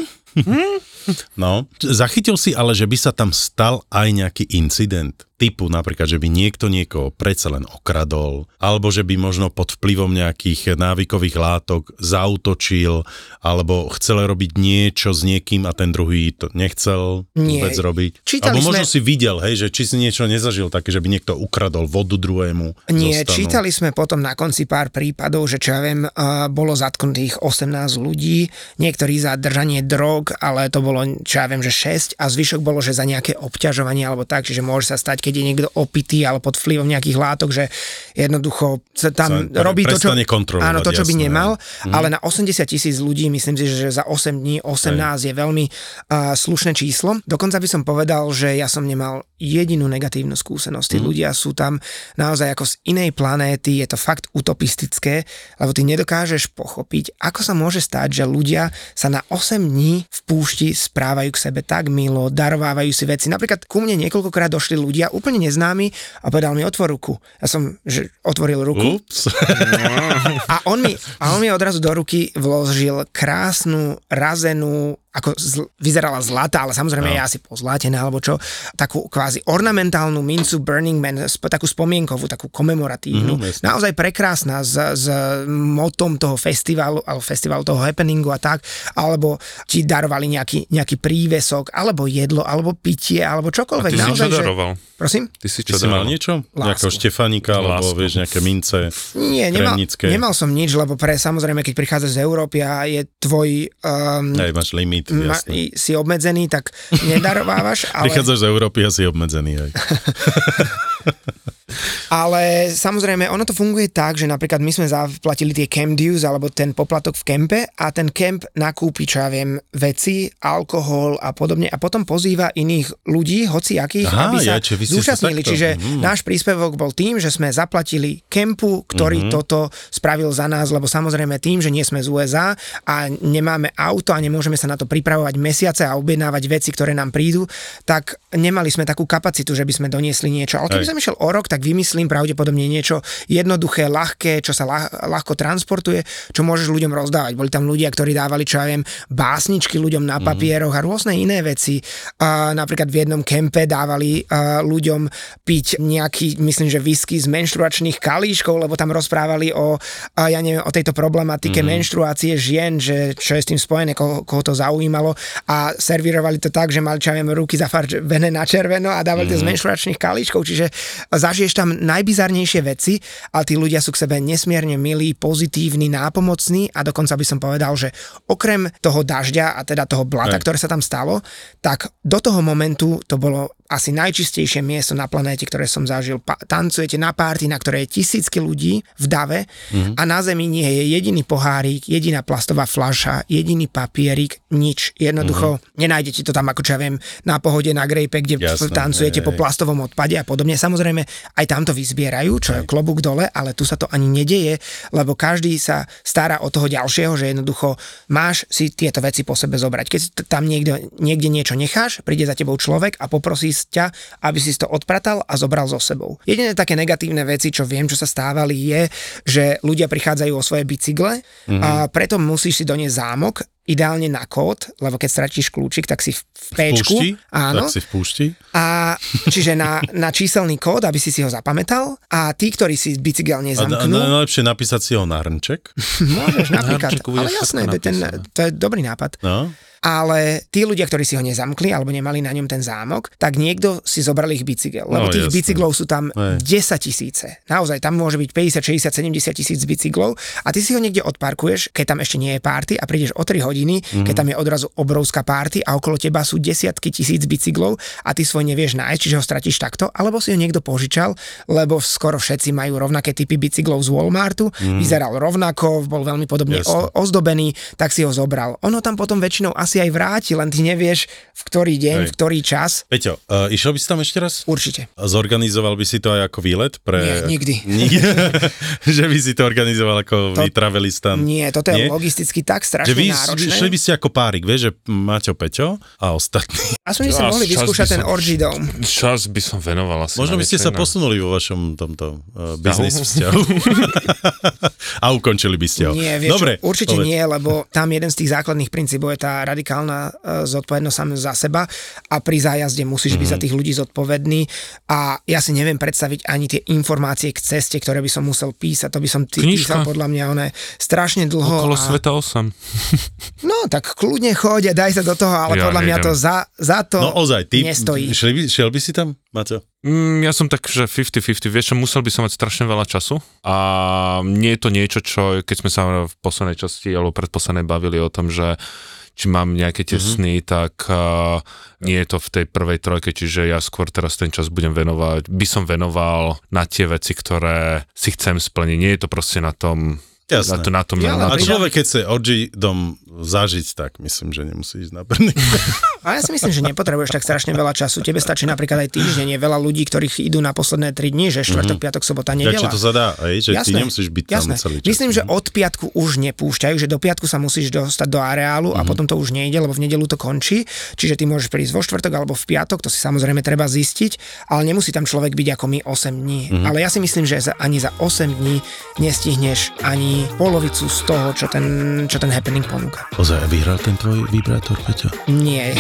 No, zachytil si ale, že by sa tam stal aj nejaký incident? Typu napríklad, že by niekto niekoho predsa len okradol, alebo že by možno pod vplyvom nejakých návykových látok zaútočil, alebo chcel robiť niečo s niekým a ten druhý to nechcel vôbec robiť. Alebo možno si videl, hej, že či si niečo nezažil také, že by niekto ukradol vodu druhému. Nie, čítali sme potom na konci pár prípadov, že čo ja viem, bolo zatknutých 18 ľudí, niektorí za držanie drog, ale to bolo, čo ja viem, že 6 a zvyšok bolo, že za nejaké obťažovanie alebo tak, čiže môže sa stať, keď je niekto opitý alebo pod vplyvom nejakých látok, že jednoducho sa tam robí to, čo by nemal, ale na 80 000 ľudí myslím si, že za 8 dní 18 je veľmi slušné číslo. Dokonca by som povedal, že ja som nemal jedinú negatívnu skúsenosť. Tí ľudia sú tam naozaj ako z inej planéty, je to fakt utopistické, lebo ty nedokážeš pochopiť, ako sa môže stať, že ľudia sa na 8 dní v púšti správajú k sebe tak milo, darovávajú si veci. Napríklad ku mne niekoľkokrát došli ľudia úplne neznámi a povedal mi otvor ruku. Ja som otvoril ruku. A on mi odrazu do ruky vložil krásnu, razenú, ako vyzerala zlatá, ale samozrejme je asi pozlátená, alebo čo, takú kvázi ornamentálnu mincu Burning Man, takú spomienkovú, takú komemoratívnu. Naozaj prekrásna s motom toho festivalu, alebo festivalu toho happeningu a tak, alebo ti darovali nejaký prívesok, alebo jedlo, alebo pitie, alebo čokoľvek. A ty naozaj, si čo daroval? Prosím? Ty si mal niečo? Nejakého Štefánika, alebo vieš, nejaké mince? Nie, nemal som nič, lebo samozrejme, keď prichádzaš z Európy a je tvoj... máš limit. Si obmedzený, tak nedarovávaš, ale... Prichádzaš z Európy a si obmedzený aj. Ale samozrejme, ono to funguje tak, že napríklad my sme zaplatili tie camp dues alebo ten poplatok v kempe a ten kemp nakúpi, čo ja viem, veci, alkohol a podobne a potom pozýva iných ľudí, hociakých, aby sa zúčastnili. Čiže náš príspevok bol tým, že sme zaplatili kempu, ktorý toto spravil za nás, lebo samozrejme tým, že nie sme z USA a nemáme auto a nemôžeme sa na to pripravovať mesiace a objednávať veci, ktoré nám prídu, tak nemali sme takú kapacitu, že by sme doniesli niečo. Ale keby som išiel o rok, tak vymyslím pravdepodobne niečo jednoduché, ľahké, čo sa ľahko transportuje, čo môžeš ľuďom rozdávať. Boli tam ľudia, ktorí dávali, čo ja viem, básničky ľuďom na papieroch a rôzne iné veci. Napríklad v jednom kempe dávali ľuďom piť nejaký, myslím, že whisky z menštruačných kalíškov, lebo tam rozprávali o tejto problematike menštruácie žien, že čo je s tým spojené, koho to zaujímalo a servírovali to tak, že mali, čo ja viem, ruky zafarbené na červeno a dávali to z menštruačných kalíškov, čiže zažiješ tam najbizarnejšie veci, ale tí ľudia sú k sebe nesmierne milí, pozitívni, nápomocní a dokonca by som povedal, že okrem toho dažďa a teda toho blata, ktoré sa tam stalo, tak do toho momentu to bolo asi najčistejšie miesto na planéte, ktoré som zažil. Tancujete na párty, na ktorej je tisícky ľudí v dave a na zemi nie je jediný pohárik, jediná plastová fľaša, jediný papierik, nič. Jednoducho nenájdete to tam, ako čo ja viem, na Pohode, na Grejpe, kde tancujete po plastovom odpade a podobne. Samozrejme, aj tam to vyzbierajú, čo je klobúk dole, ale tu sa to ani nedeje, lebo každý sa stará o toho ďalšieho, že jednoducho máš si tieto veci po sebe zobrať. Keď tam niekde niečo necháš, príde za tebou človek a poprosí ťa, aby si to odpratal a zobral so sebou. Jediné také negatívne veci, čo viem, čo sa stávali, je, že ľudia prichádzajú o svoje bicykle a preto musíš si doniesť zámok, ideálne na kód, lebo keď stratíš kľúčik, tak si v péčku. Áno. Tak si v púšti. A čiže na číselný kód, aby si ho zapamätal a tí, ktorí si bicykel nezamknú. A najlepšie napísať si ho na hrnček. Môžeš napríklad, ale jasné, to je dobrý nápad. No. Ale tí ľudia, ktorí si ho nezamkli alebo nemali na ňom ten zámok, tak niekto si zobral ich bicykel, lebo tých bicyklov sú tam 10 000. Naozaj, tam môže byť 50, 60, 70 tisíc bicyklov a ty si ho niekde odparkuješ, keď tam ešte nie je party a prídeš o 3 hodiny, keď tam je odrazu obrovská party a okolo teba sú desiatky tisíc bicyklov a ty svoj nevieš nájsť, čiže ho stratíš takto, alebo si ho niekto požičal, lebo skoro všetci majú rovnaké typy bicyklov z Walmartu, vyzeral rovnako, bol veľmi podobne ozdobený, tak si ho zobral. Ono tam potom väčšinou asi aj vráti, len ty nevieš, v ktorý deň, v ktorý čas. Peťo, išiel by si tam ešte raz? Určite. Zorganizoval by si to aj ako výlet? Nie, nikdy. Že by si to organizoval ako vytravelista? Nie, toto je logisticky tak strašne náročné. Šli by si ako párik, vieš, že Maťo, Peťo a ostatní. Aspoň by sme mohli vyskúšať ten Orgy Dome. Čas by som venoval asi. Možno by ste sa posunuli vo vašom tomto biznis vzťahu. A ukončili by ste ho. Nie, vieš, dobre, určite nie, lebo tam jeden z tých základných princípov je tá radikálna zodpovednosť sám za seba a pri zájazde musíš byť za tých ľudí zodpovedný a ja si neviem predstaviť ani tie informácie k ceste, ktoré by som musel písať, to by som písal podľa mňa strašne dlho. Okolo sveta 8. No, tak kľudne choď a daj sa do toho, ale podľa mňa to za to nestojí. Šiel by si tam, Maťo? Ja som tak, že 50-50, vieš čo, musel by som mať strašne veľa času a nie je to niečo, čo, keď sme sa v poslednej časti alebo predposlednej bavili o tom, že či mám nejaké tie sny, tak nie je to v tej prvej trojke, čiže ja skôr teraz ten čas by som venoval na tie veci, ktoré si chcem splniť. Nie je to proste na tom... Jasné. A človek, keď chce Orgy Dome zažiť, tak myslím, že nemusí ísť na Brnik. A ja si myslím, že nepotrebuješ tak strašne veľa času. Tebe stačí napríklad aj týždeň. Je veľa ľudí, ktorých idú na posledné 3 dní, že štvrtok, piatok, sobota, nedeľa. Ja, čo to zadá, že ty nemusíš byť tam celý čas. Myslím, že od piatku už nepúšťajú, že do piatku sa musíš dostať do areálu a potom to už nejde, lebo v nedeľu to končí. Čiže ty môžeš prísť vo štvrtok alebo v piatok, to si samozrejme treba zistiť, ale nemusí tam človek byť ako my 8 dní. Ale ja si myslím, že ani za 8 dní nestihneš ani polovicu z toho, čo ten happening ponúka. Ozaj, vyhral ten tvoj vibrátor, Peťo? Nie.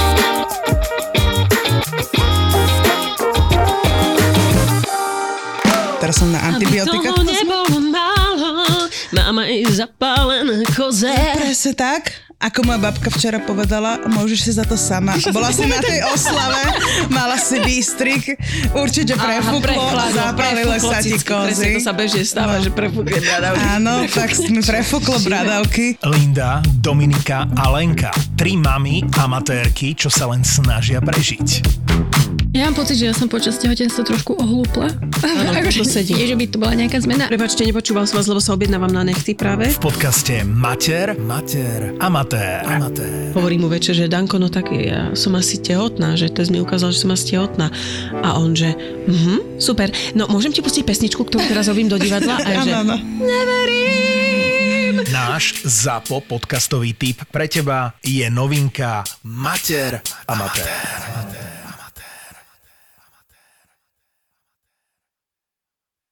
Teraz som na antibiotika. Aby toho nebolo málo, mám aj zapálené koze. Presne tak. Ako moja babka včera povedala, môžeš si za to sama. Bola si na tej oslave, mala si výstrik, určite prefúklo a zapálilo sa ti kozy. To sa bežne stáva, že prefúkne bradavky. Áno, tak mi prefúklo bradavky. Linda, Dominika a Lenka. 3 mami amatérky, čo sa len snažia prežiť. Ja mám pocit, že ja som počas tehotenstva trošku ohlúpla. Áno, to sedí. Nie, že by to bola nejaká zmena. Prepáčte, nepočúval som vás, lebo sa objednávam na nechty práve. V podcaste Mater, Amatér. Hovorím mu večer, že Danko, no tak ja som asi tehotná, že test mi ukázal, že som asi tehotná. A on, že super. No môžem ti pustiť pesničku, ktorú teraz robím do divadla? A ja, že neverím. Náš ZAPO podcastový tip pre teba je novinka Mater, Amatér.